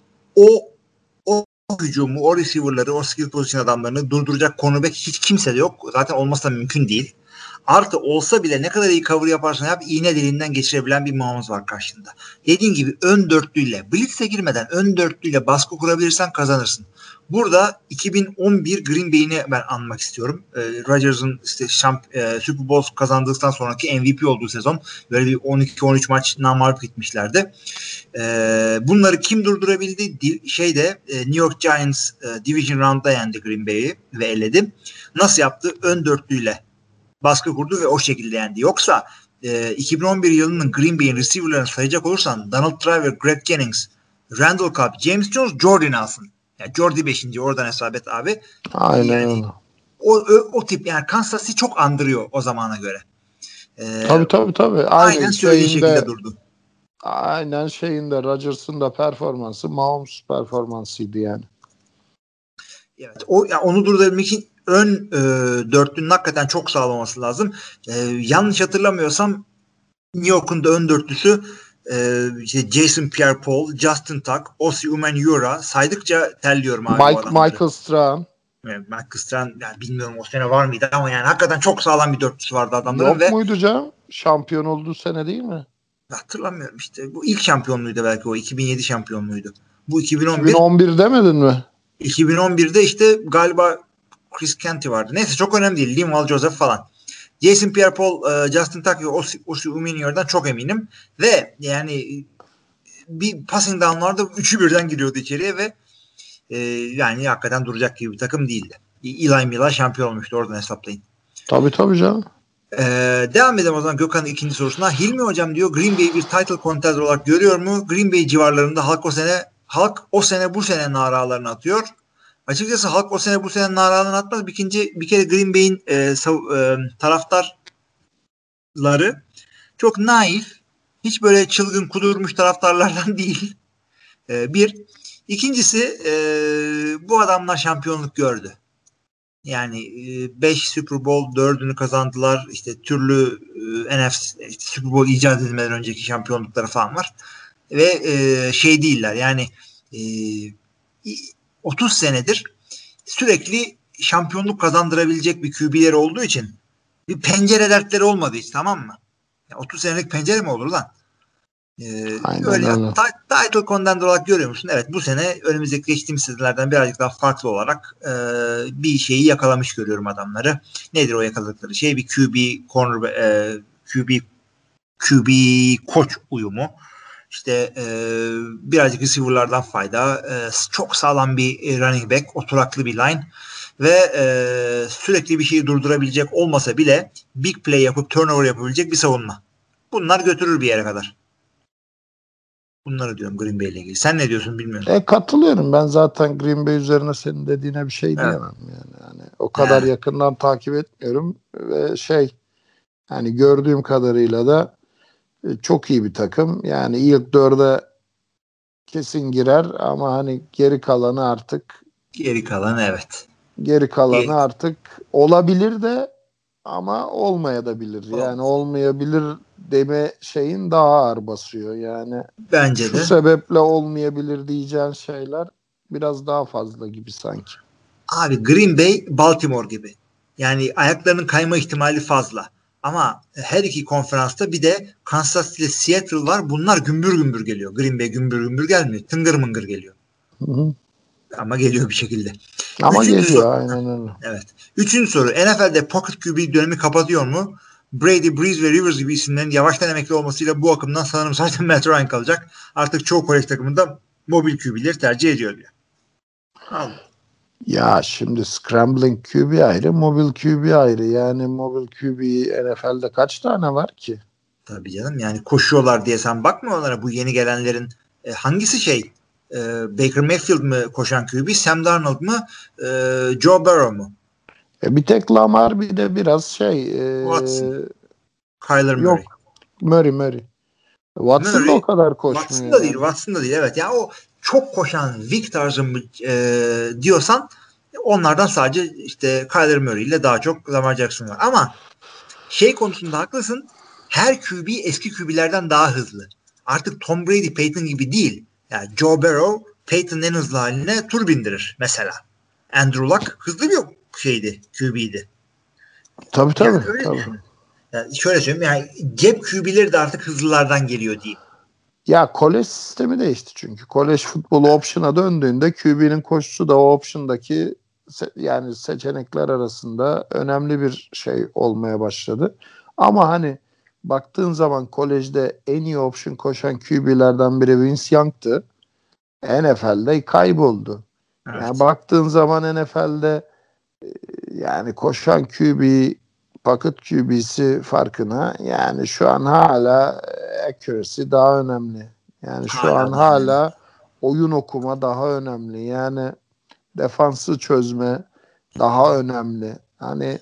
O hücumu, o receiver'ları, o skill position adamlarını durduracak cornerback hiç kimse de yok. Zaten olması da mümkün değil. Artı olsa bile ne kadar iyi cover yaparsan yap iğne deliğinden geçirebilen bir Mahomes var karşında. Dediğin gibi ön dörtlüyle, blitz'e girmeden ön dörtlüyle baskı kurabilirsen kazanırsın. Burada 2011 Green Bay'ini ben anmak istiyorum. Rodgers'ın işte Super Bowl kazandıktan sonraki MVP olduğu sezon böyle bir 12-13 maç namağlup gitmişlerdi. Bunları kim durdurabildi? New York Giants Division Round'da yendi Green Bay'i ve eledi. Nasıl yaptı? Ön dörtlüyle baskı kurdu ve o şekilde yendi. Yoksa 2011 yılının Green Bay'in receiver'larını sayacak olursan Donald Driver, Greg Jennings, Randall Cobb, James Jones, Jordy Nelson. Yani Jordy 5. oradan hesap et abi. Aynen yani, o tip yani Kansas City çok andırıyor o zamana göre. Tabii. Aynen söylediği şekilde durdu. Aynen şeyinde Rodgers'ın da performansı Mahomes performansıydı yani. Evet. Onu durdurabilmek için ön dörtlünün hakikaten çok sağlam olması lazım. Yanlış hatırlamıyorsam New York'un da ön dörtlüsü Jason Pierre-Paul, Justin Tuck, Osi Umenyiora saydıkça terliyorum abi bu adamları. Michael Strahan. Michael Strahan yani bilmiyorum o sene var mıydı ama yani hakikaten çok sağlam bir dörtlüsü vardı adamların. Yok muydu canım? Şampiyon olduğu sene değil mi? Hatırlamıyorum işte. Bu ilk şampiyonluğuydu belki o. 2007 şampiyonluğuydu. Bu 2011. 2011 demedin mi? 2011'de işte galiba Chris Canty vardı. Neyse çok önemli değil. Linval Joseph falan. Jason Pierre-Paul, Justin Tuck ve Osi Umenyiora'dan çok eminim. Ve yani bir passing down'larda üçü birden giriyordu içeriye ve yani hakikaten duracak gibi bir takım değildi. Eli Mila şampiyon olmuştu. Oradan hesaplayın. Tabii canım. Devam edelim o zaman Gökhan'ın ikinci sorusuna. Hilmi hocam diyor Green Bay'i bir title contender olarak görüyor mu? Green Bay civarlarında halk o sene bu sene naralarını atıyor. Açıkçası halk o sene bu sene naralarını atmaz. Bir kere Green Bay'in taraftarları çok naif, hiç böyle çılgın kudurmuş taraftarlardan değil. İkincisi bu adamlar şampiyonluk gördü. Yani 5 Super Bowl 4'ünü kazandılar. İşte türlü NFC Super Bowl icat edilmeden önceki şampiyonlukları falan var. Ve değiller. Yani 30 senedir sürekli şampiyonluk kazandırabilecek bir QB'leri olduğu için bir pencere dertleri olmadı hiç, tamam mı? Ya 30 senelik pencere mi olur lan? Öyle title contender olarak görüyor musun? Evet, bu sene önümüzdeki geçtiğimiz senelerden birazcık daha farklı olarak bir şeyi yakalamış görüyorum adamları. Nedir o yakaladıkları şey? Bir QB koç uyumu. İşte birazcık receiver'lardan fayda. Çok sağlam bir running back, oturaklı bir line ve sürekli bir şeyi durdurabilecek olmasa bile big play yapıp turnover yapabilecek bir savunma. Bunlar götürür bir yere kadar. Bunları diyorum Green Bay ile ilgili. Sen ne diyorsun bilmiyorum. Katılıyorum. Ben zaten Green Bay üzerine senin dediğine bir şey diyemem yani. O kadar yakından takip etmiyorum ve yani gördüğüm kadarıyla da çok iyi bir takım. Yani ilk 4'e kesin girer ama hani geri kalanı artık olabilir de ama olmayabilir. Yani olmayabilir deme şeyin daha ağır basıyor. Yani bence de. Şu sebeple olmayabilir diyeceğin şeyler biraz daha fazla gibi sanki. Abi Green Bay Baltimore gibi. Yani ayaklarının kayma ihtimali fazla. Ama her iki konferansta bir de Kansas City ile Seattle var. Bunlar gümbür gümbür geliyor. Green Bay gümbür gümbür gelmiyor. Tıngır mıngır geliyor. Hı. Ama geliyor bir şekilde. Ama geliyor aynen öyle. Evet. Üçüncü soru. NFL'de pocket QB dönemi kapatıyor mu? Brady, Breeze ve Rivers gibi isimlerin yavaştan emekli olmasıyla bu akımdan sanırım zaten Matt Ryan kalacak. Artık çoğu kolej takımında mobil QB'leri tercih ediyor diyor. Al. Ya şimdi scrambling QB ayrı, mobil QB ayrı. Yani mobil QB'yi NFL'de kaç tane var ki? Tabii canım, yani koşuyorlar diye sen bakma onlara, bu yeni gelenlerin hangisi Baker Mayfield mi koşan QB, Sam Darnold mı, Joe Burrow mu? Bir tek Lamar, bir de biraz Watson, Kyler Murray. Yok, Murray. Watson da o kadar koşmuyor. Watson da değil evet. Ya o çok koşan Vic tarzı mı diyorsan onlardan sadece işte Kyler Murray ile daha çok Lamar Jackson var. Ama konusunda haklısın. Her QB eski QB'lerden daha hızlı. Artık Tom Brady, Peyton gibi değil. Yani Joe Burrow Peyton'ın en hızlı haline tur bindirir mesela. Andrew Luck hızlı bir QB'ydi. Tabii. Yani yani şöyle söyleyeyim, yani cep QB'leri de artık hızlılardan geliyor diyeyim. Ya kolej sistemi değişti çünkü. Kolej futbolu option'a döndüğünde QB'nin koşusu da o option'daki yani seçenekler arasında önemli bir şey olmaya başladı. Ama hani baktığın zaman kolejde en iyi option koşan QB'lerden biri Vince Young'tı. NFL'de kayboldu. Evet. Yani baktığın zaman NFL'de yani koşan QB, pocket QB'si farkına, yani şu an hala accuracy daha önemli. Yani şu an hala oyun okuma daha önemli. Yani defansı çözme daha önemli. Hani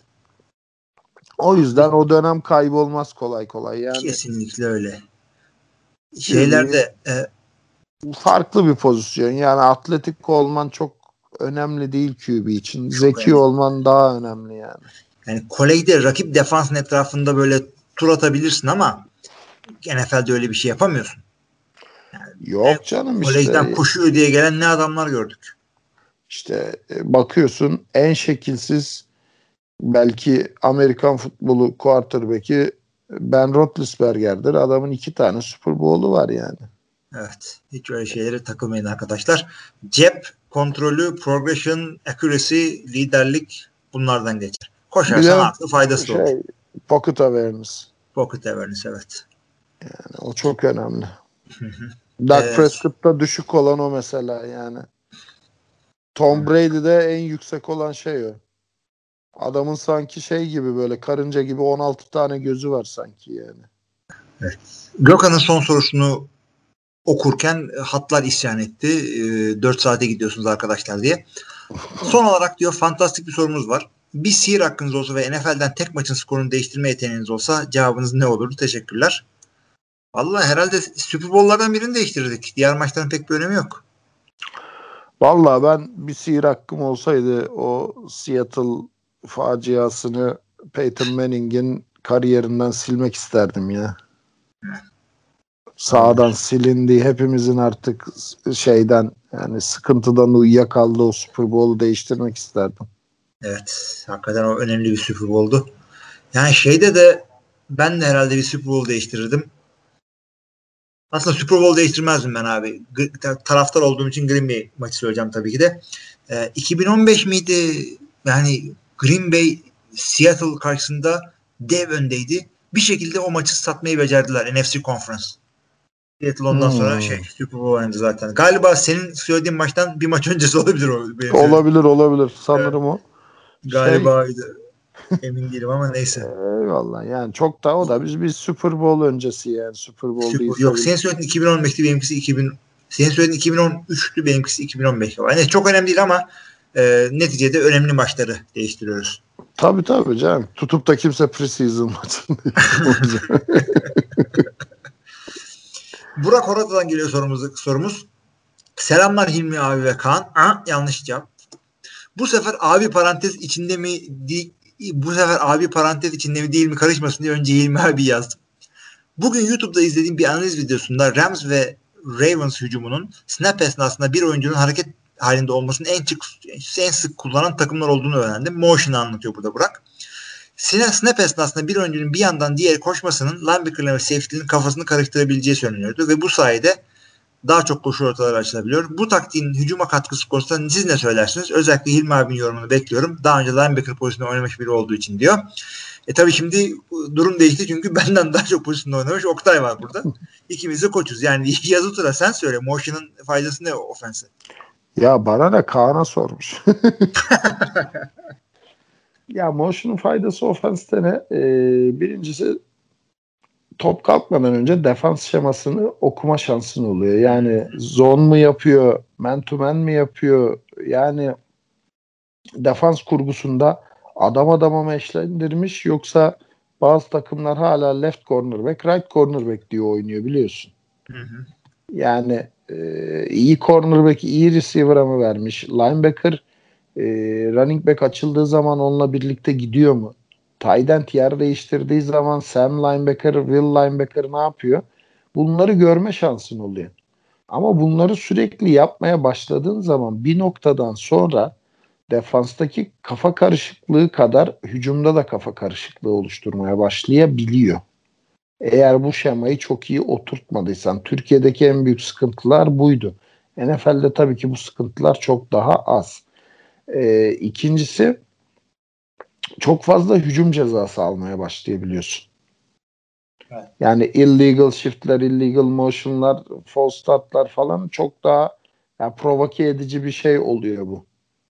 o yüzden o dönem kaybolmaz kolay kolay. Yani kesinlikle öyle. Şeylerde farklı bir pozisyon. Yani atletik olman çok önemli değil QB için. Çok zeki önemli. Olman daha önemli yani. Yani kolejde rakip defansın etrafında böyle tur atabilirsin ama NFL'de öyle bir şey yapamıyorsun. Yani yok canım kolejden işte. koşuyor diye gelen ne adamlar gördük. İşte bakıyorsun en şekilsiz belki Amerikan futbolu quarterback'i Ben Roethlisberger'dir. Adamın 2 tane Super Bowl'u var yani. Evet. Hiç öyle şeylere takılmayın arkadaşlar. Cep kontrolü, progression, accuracy, liderlik bunlardan geçer. Koşarsan artık faydası olur. Pocket awareness. Pocket awareness evet. Yani o çok önemli. Dak Prescott'ta düşük olan o mesela yani. Tom Brady'de en yüksek olan o. Adamın sanki gibi böyle karınca gibi 16 tane gözü var sanki yani. Evet. Gökhan'ın son sorusunu okurken hatlar isyan etti. 4 saate gidiyorsunuz arkadaşlar diye. Son olarak diyor fantastik bir sorumuz var. Bir sihir hakkınız olsa ve NFL'den tek maçın skorunu değiştirme yeteneğiniz olsa cevabınız ne olurdu? Teşekkürler. Vallahi herhalde Super Bowl'lardan birini değiştirirdik. Diğer maçların pek bir önemi yok. Vallahi ben bir sihir hakkım olsaydı o Seattle faciasını Peyton Manning'in kariyerinden silmek isterdim ya. Sağdan silindi. Hepimizin artık yani sıkıntıdan uyuyakaldığı o Super Bowl'u değiştirmek isterdim. Evet. Hakikaten o önemli bir Super Bowl'du. Yani de ben de herhalde bir Super Bowl değiştirirdim. Aslında Super Bowl değiştirmezdim ben abi. Taraftar olduğum için Green Bay maçı söyleyeceğim tabii ki de. 2015 miydi? Yani Green Bay Seattle karşısında dev öndeydi. Bir şekilde o maçı satmayı becerdiler. NFC Conference. Seattle ondan sonra Super Bowl oynadı zaten. Galiba senin söylediğin maçtan bir maç öncesi olabilir o. Olabilir. Sanırım o. Galibaydı. Emin değilim ama neyse. Eyvallah. Yani çok da o da biz Super Bowl öncesi yani. Super Bowl değil. Yok senin söylediğin 2015'ti, benimkisi 2000. Senin söylediğin 2013'tü, benimkisi 2015. Yani çok önemli değil ama neticede önemli maçları değiştiriyoruz. Tabii canım. Tutup da kimse preseason maçını Burak Horata'dan geliyor sorumuz. Selamlar Hilmi abi ve Kaan. Yanlış cevap. Bu sefer abi parantez içinde mi değil mi karışmasın diye önce Hilmi abi yazdım. Bugün YouTube'da izlediğim bir analiz videosunda Rams ve Ravens hücumunun snap esnasında bir oyuncunun hareket halinde olmasının en sık kullanan takımlar olduğunu öğrendim. Motion'ı anlatıyor burada Burak. Snap esnasında bir oyuncunun bir yandan diğeri koşmasının linebacker'ın ve safety'nin kafasını karıştırabileceği söyleniyordu ve bu sayede daha çok koşu ortaları açılabiliyor. Bu taktiğin hücuma katkısı konusunda siz ne söylersiniz? Özellikle Hilmi abinin yorumunu bekliyorum. Daha önce linebacker pozisyonunda oynamış biri olduğu için diyor. Tabii şimdi durum değişti çünkü benden daha çok pozisyonda oynamış Oktay var burada. İkimiz de koçuz. Yani yazı tura sen söyle. Motion'ın faydası ne ofense? Ya bana ne, Kaan'a sormuş. Ya motion'un faydası offense'te ne? Birincisi top kalkmadan önce defans şemasını okuma şansın oluyor. Yani zone mu yapıyor, man to man mi yapıyor? Yani defans kurgusunda adam adama meşlendirmiş, yoksa bazı takımlar hala left cornerback, right cornerback diye oynuyor biliyorsun. Hı hı. Yani iyi cornerback, iyi receiver'a mı vermiş? Linebacker running back açıldığı zaman onunla birlikte gidiyor mu? Tight end yer değiştirdiği zaman Sam linebacker, Will linebacker ne yapıyor? Bunları görme şansın oluyor. Ama bunları sürekli yapmaya başladığın zaman bir noktadan sonra defanstaki kafa karışıklığı kadar hücumda da kafa karışıklığı oluşturmaya başlayabiliyor. Eğer bu şemayı çok iyi oturtmadıysan, Türkiye'deki en büyük sıkıntılar buydu. NFL'de tabii ki bu sıkıntılar çok daha az. İkincisi, çok fazla hücum cezası almaya başlayabiliyorsun. Evet. Yani illegal shift'ler, illegal motion'lar, false start'lar falan çok daha yani provoke edici bir şey oluyor bu.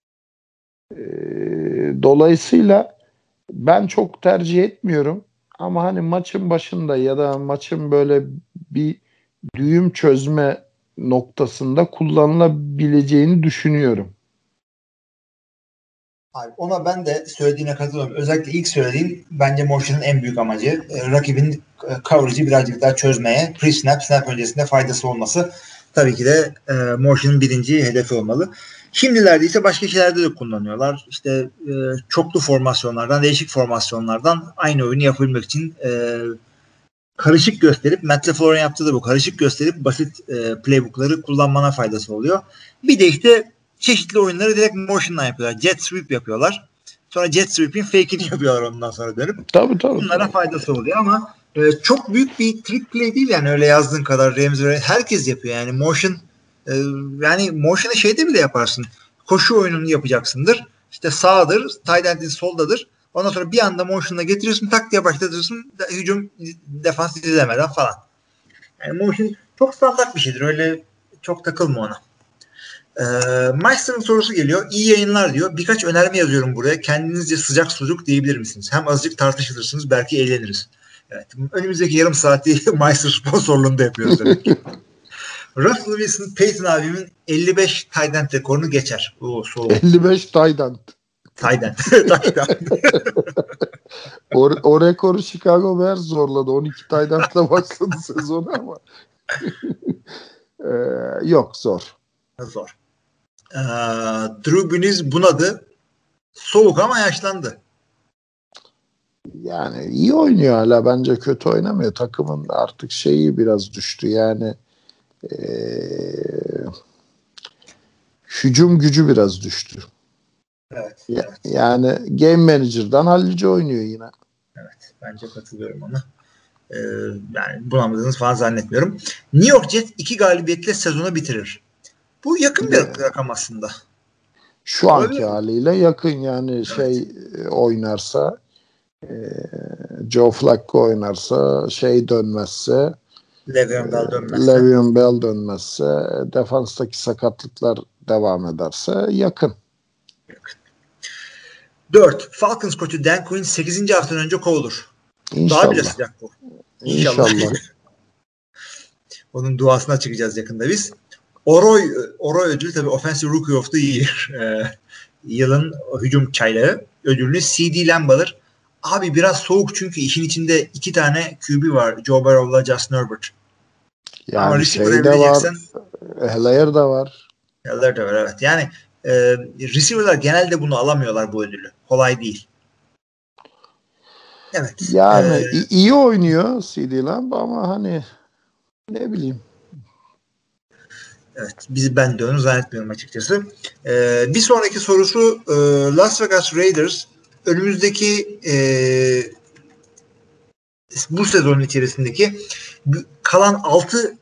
Dolayısıyla ben çok tercih etmiyorum. Ama hani maçın başında ya da maçın böyle bir düğüm çözme noktasında kullanılabileceğini düşünüyorum. Abi ona ben de söylediğine katılıyorum. Özellikle ilk söylediğin bence motion'ın en büyük amacı. Rakibin coverage'ı birazcık daha çözmeye, pre-snap, snap öncesinde faydası olması tabii ki de motion'ın birinci hedefi olmalı. Şimdilerde ise başka şeylerde de kullanıyorlar. İşte çoklu formasyonlardan, değişik formasyonlardan aynı oyunu yapabilmek için karışık gösterip, Matt LaFleur'un yaptığı da bu, karışık gösterip basit playbook'ları kullanmana faydası oluyor. Bir de işte çeşitli oyunları direkt motion'la yapıyorlar. Jet sweep yapıyorlar. Sonra jet sweep'in fake'ini yapıyorlar ondan sonra dönüp. Tabii. Bunlara faydası oluyor ama çok büyük bir trick play değil yani öyle yazdığın kadar. Ramsey herkes yapıyor yani motion yani motion'ı şeyde bile yaparsın. Koşu oyununu yapacaksındır. İşte sağdır, tight end'in soldadır. Ondan sonra bir anda motion'la getiriyorsun, tak diye başlatırsın, hücum defans izlemeden falan. Yani motion çok standart bir şeydir. Öyle çok takılma ona. Meister'ın sorusu geliyor. İyi yayınlar diyor. Birkaç önerme yazıyorum buraya. Kendinizce sıcak sucuk diyebilir misiniz? Hem azıcık tartışılırsınız. Belki eğleniriz. Evet. Önümüzdeki yarım saati Meister sponsorluğunda yapıyoruz demek ki. Russell Wilson, Peyton abimin 55 tight end rekorunu geçer. Oo, 55 tight end. Tight end. O rekoru Chicago Bears zorladı. 12 tight end'le başladı sezonu ama. Yok, zor. Zor. Drew Brees bunadı. Soğuk ama yaşlandı. Yani iyi oynuyor hala. Bence kötü oynamıyor. Takımın artık şeyi biraz düştü. Yani hücum gücü biraz düştü. Evet. Yani game manager'dan hallice oynuyor yine. Evet. Bence katılıyorum ona. Yani bulamadığınız falan zannetmiyorum. New York Jets 2 galibiyetle sezonu bitirir. Bu yakın bir rakam aslında. Şu anki haliyle yakın yani oynarsa Joe Flacco oynarsa dönmezse Le'Veon Bell dönmezse defanstaki sakatlıklar devam ederse yakın. 4. Falcons koçu Dan Quinn 8. haftadan önce kovulur. İnşallah. Daha bile sıcak bu. İnşallah. Onun duasına çıkacağız yakında biz. Oroy ödülü tabii Offensive Rookie of the Year. Yılın hücum çaylağı ödülünü C.D. Lamb alır. Abi biraz soğuk çünkü işin içinde 2 tane QB var. Joe Burrow'la Justin Herbert. Yani ama receiver de var. Heller de var. Heller de var, evet. Yani receiver'lar genelde bunu alamıyorlar, bu ödülü. Kolay değil. Evet. Yani iyi oynuyor C.D. Lamb ama hani ne bileyim. Evet. Ben de onu zannetmiyorum açıkçası. Bir sonraki sorusu Las Vegas Raiders önümüzdeki bu sezonun içerisindeki kalan 6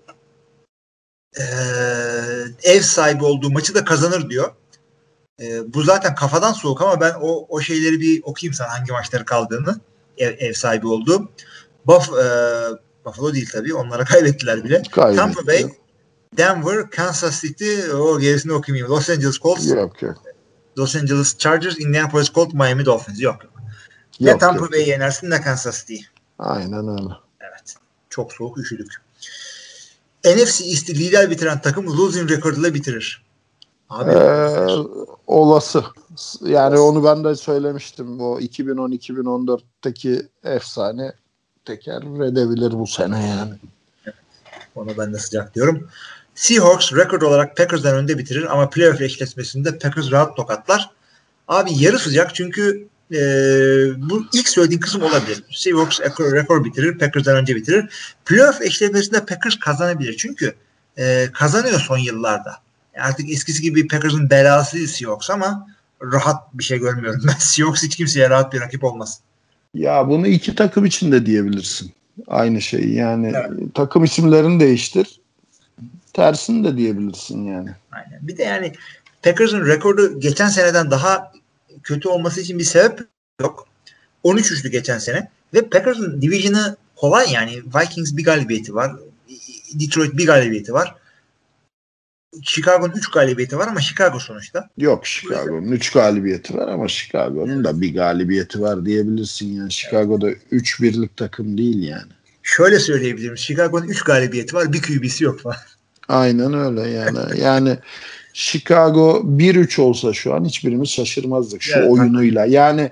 ev sahibi olduğu maçı da kazanır diyor. Bu zaten kafadan soğuk ama ben o şeyleri bir okuyayım sana, hangi maçları kaldığını, ev sahibi olduğu. Buffalo değil tabii. Onlara kaybettiler bile. Tampa Bay, Denver, Kansas City, o gerisini okumayayım. Los Angeles Colts, Yok. Los Angeles Chargers, Indianapolis Colts, Miami Dolphins. Yok. Ne Tampa Bay'i yenersin ne Kansas City. Aynen öyle. Evet. Çok soğuk, üşüdük. NFC East'i lider bitiren takım losing record ile bitirir. Abi, olası. Yani onu ben de söylemiştim. O 2010-2014'teki efsane tekerrür edebilir bu sene yani. Onu ben de sıcak diyorum. Seahawks rekord olarak Packers'dan önde bitirir ama playoff eşleşmesinde Packers rahat tokatlar. Abi yarı sıcak çünkü bu ilk söylediğin kısım olabilir. Seahawks rekor bitirir, Packers'dan önce bitirir. Playoff eşleşmesinde Packers kazanabilir. Çünkü kazanıyor son yıllarda. Artık eskisi gibi Packers'ın belası değil Seahawks ama rahat bir şey görmüyorum. Ben Seahawks hiç kimseye rahat bir rakip olmaz. Ya bunu iki takım için de diyebilirsin. Aynı şeyi yani evet. Takım isimlerini değiştir. Tersini de diyebilirsin yani. Aynen. Bir de yani Packers'ın rekordu geçen seneden daha kötü olması için bir sebep yok. 13-3'lü geçen sene ve Packers'ın division'ı kolay yani. Vikings bir galibiyeti var. Detroit bir galibiyeti var. Chicago'nun 3 galibiyeti var ama Chicago sonuçta. Yok, Chicago'nun 3 galibiyeti var ama Chicago'nun da bir galibiyeti var diyebilirsin yani. Chicago'da 3 birlik takım değil yani. Şöyle söyleyebilirim. Chicago'nun 3 galibiyeti var. Bir QB'si yok var. Aynen öyle yani. Yani Chicago 1-3 olsa şu an hiçbirimiz şaşırmazdık şu oyunuyla. Yani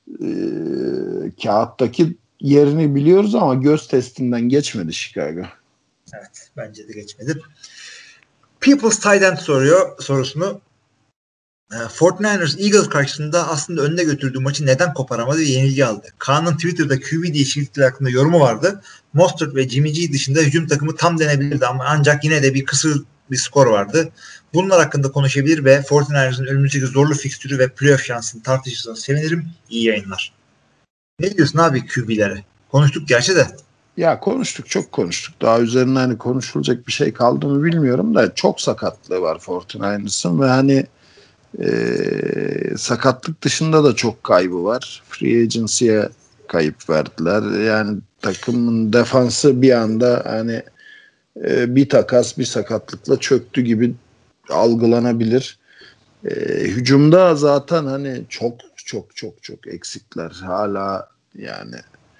kağıttaki yerini biliyoruz ama göz testinden geçmedi Chicago. Evet, bence de geçmedi. People's Tight End soruyor sorusunu. 49ers Eagles karşısında aslında önüne götürdüğü maçı neden koparamadı ve yenilgi aldı? Kaan'ın Twitter'da QB değişiklikleri hakkında yorumu vardı. Mostert ve Jimmy G dışında hücum takımı tam denebilirdi ama ancak yine de bir kısır bir skor vardı. Bunlar hakkında konuşabilir ve 49ers'ın önümüzdeki zorlu fikstürü ve playoff şansını tartışırsanız sevinirim. İyi yayınlar. Ne diyorsun abi QB'lere? Konuştuk gerçi de. Ya konuştuk, çok konuştuk. Daha üzerine hani konuşulacak bir şey kaldı mı bilmiyorum da çok sakatlığı var 49ers'ın ve hani sakatlık dışında da çok kaybı var. Free agency'ye kayıp verdiler. Yani takımın defansı bir anda hani bir takas bir sakatlıkla çöktü gibi algılanabilir. Hücumda zaten hani çok eksikler. Hala yani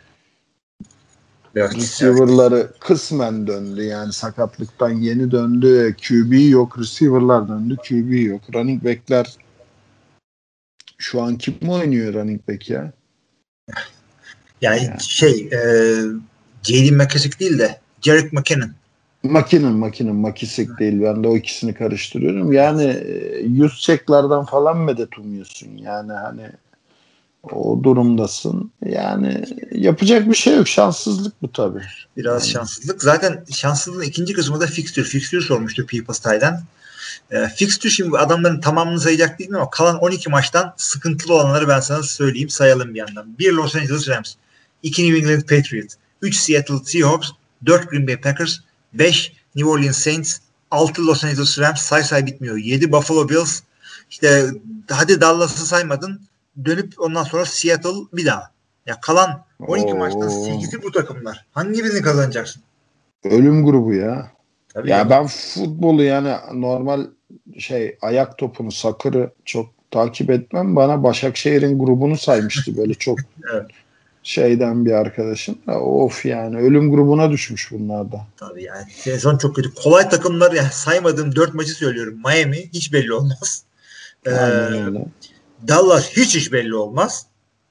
receiver'ları kısmen döndü. Yani sakatlıktan yeni döndü. QB yok. Receiver'lar döndü. QB yok. Running back'ler şu an kim oynuyor running back ya? Yani J.D. McKissick değil de Jerick McKinnon. McKissick değil. Ben de o ikisini karıştırıyorum. Yani yüz çeklerden falan medet umuyorsun. Yani hani o durumdasın. Yani yapacak bir şey yok. Şanssızlık bu tabii. Biraz yani. Şanssızlık. Zaten şanssızlığın ikinci kısmı da fixture. Fixture sormuştu People's Time'den. Fixture şimdi adamların tamamını sayacak değilim ama kalan 12 maçtan sıkıntılı olanları ben sana söyleyeyim. Sayalım bir yandan. 1 Los Angeles Rams, 2 New England Patriots, 3 Seattle Seahawks, 4 Green Bay Packers, 5 New Orleans Saints, 6 Los Angeles Rams, say bitmiyor. 7 Buffalo Bills, işte hadi Dallas'ı saymadın. Dönüp ondan sonra Seattle bir daha. Ya kalan 12 maçtan 8'i bu takımlar. Hangi birini kazanacaksın? Ölüm grubu ya. Tabii ya ben futbolu yani normal ayak topunu, sakırı çok takip etmem. Bana Başakşehir'in grubunu saymıştı böyle çok evet. Şeyden bir arkadaşım. Of yani ölüm grubuna düşmüş bunlar da. Tabii yani sezon çok kötü. Kolay takımlar yani saymadığım 4 maçı söylüyorum. Miami hiç belli olmaz. Aynen öyle. Dallas hiç belli olmaz.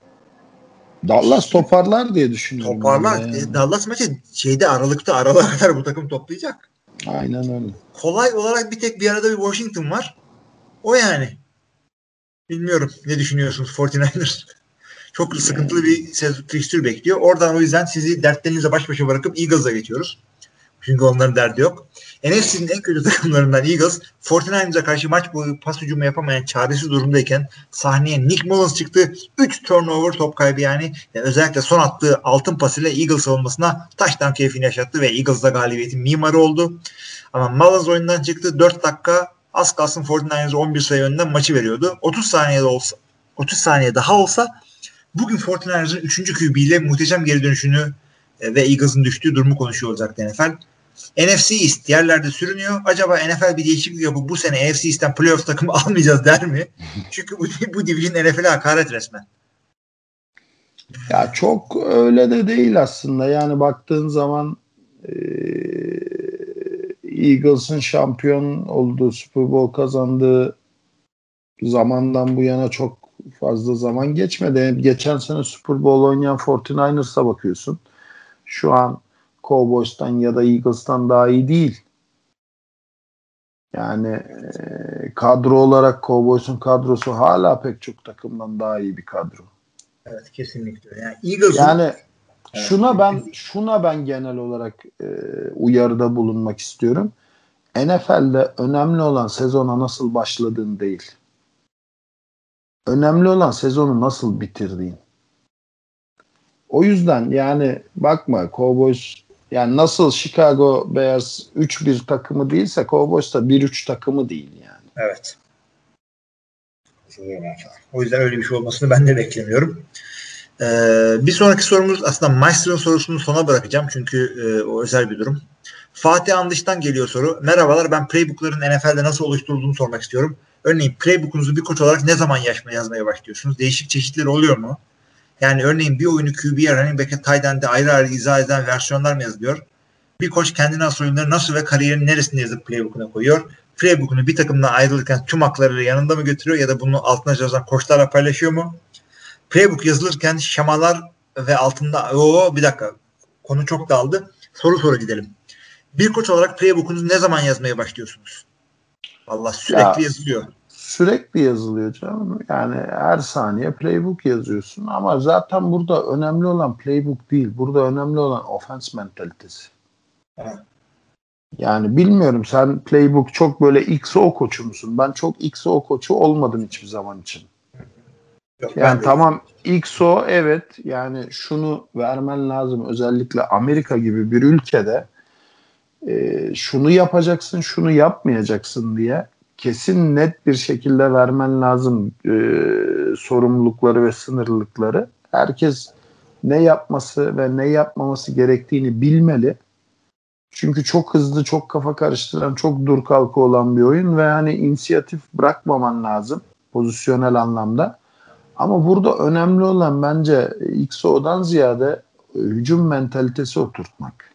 Dallas toparlar diye düşünüyorum. Toparlar. Yani. Dallas maçı Aralık'ta aralığa kadar bu takım toplayacak. Aynen öyle. Kolay olarak bir arada bir Washington var. O yani. Bilmiyorum. Ne düşünüyorsunuz 49ers? Çok sıkıntılı bir fikstür bekliyor. Oradan o yüzden sizi dertlerinizle baş başa bırakıp Eagles'a geçiyoruz. Çünkü onların derdi yok. NFC'nin en kötü takımlarından Eagles, 49ers'a karşı maç boyu pas hücumu yapamayan çaresiz durumdayken sahneye Nick Mullins çıktı. 3 turnover top kaybı yani özellikle son attığı altın pasıyla Eagles savunmasına taştan keyfini yaşattı ve Eagles'da galibiyetin mimarı oldu. Ama Mullins oyundan çıktı. 4 dakika az kalsın 49ers'a 11 sayı önden maçı veriyordu. 30 saniye daha olsa bugün 49ers'ın 3. QB ile muhteşem geri dönüşünü ve Eagles'ın düştüğü durumu konuşuyor olacaktı NFL. NFC East yerlerde sürünüyor. Acaba NFL bir değişiklik yapıp bu sene NFC East'ten playoff takımı almayacağız der mi? Çünkü bu division NFL'e hakaret resmen. Ya çok öyle de değil aslında. Yani baktığın zaman Eagles'ın şampiyon olduğu, Super Bowl kazandığı zamandan bu yana çok fazla zaman geçmedi. Geçen sene Super Bowl oynayan 49ers'a bakıyorsun. Şu an Cowboys'tan ya da Eagles'tan daha iyi değil. Yani kadro olarak Cowboys'un kadrosu hala pek çok takımdan daha iyi bir kadro. Evet, kesinlikle. Yani Eagles'ın şuna ben genel olarak uyarıda bulunmak istiyorum. NFL'de önemli olan sezona nasıl başladığın değil. Önemli olan sezonu nasıl bitirdiğin. O yüzden yani bakma Cowboys yani nasıl Chicago Bears 3-1 takımı değilse Cowboys da 1-3 takımı değil yani. Evet. O yüzden öyle bir şey olmasını ben de beklemiyorum. Bir sonraki sorumuz aslında Maestro'nun sorusunu sona bırakacağım çünkü o özel bir durum. Fatih Andış'tan geliyor soru. Merhabalar, ben playbook'ların NFL'de nasıl oluşturulduğunu sormak istiyorum. Örneğin playbook'unuzu bir koç olarak ne zaman yazmaya başlıyorsunuz? Değişik çeşitleri oluyor mu? Yani örneğin bir oyunu QB'ye, running back'e, tight end'e ayrı ayrı izah eden versiyonlar mı yazılıyor? Bir koç kendine has oyunları nasıl ve kariyerin neresinde yazıp playbook'una koyuyor? Playbook'unu bir takımdan ayrılırken tüm haklarıyla yanında mı götürüyor ya da bunu altına yazan koçlarla paylaşıyor mu? Playbook yazılırken şemalar ve altında bir dakika, konu çok dağıldı. Soru gidelim. Bir koç olarak playbook'unuzu ne zaman yazmaya başlıyorsunuz? Vallahi sürekli yazılıyor. Sürekli yazılıyor canım. Yani her saniye playbook yazıyorsun ama zaten burada önemli olan playbook değil. Burada önemli olan offense mentalitesi. Evet. Yani bilmiyorum, sen playbook çok böyle XO koçu musun? Ben çok XO koçu olmadım hiçbir zaman için. Yok, yani tamam XO evet, yani şunu vermen lazım, özellikle Amerika gibi bir ülkede şunu yapacaksın, şunu yapmayacaksın diye kesin net bir şekilde vermen lazım sorumlulukları ve sınırlılıkları. Herkes ne yapması ve ne yapmaması gerektiğini bilmeli. Çünkü çok hızlı, çok kafa karıştıran, çok dur kalkı olan bir oyun ve hani inisiyatif bırakmaman lazım pozisyonel anlamda. Ama burada önemli olan bence XO'dan ziyade hücum mentalitesi oturtmak.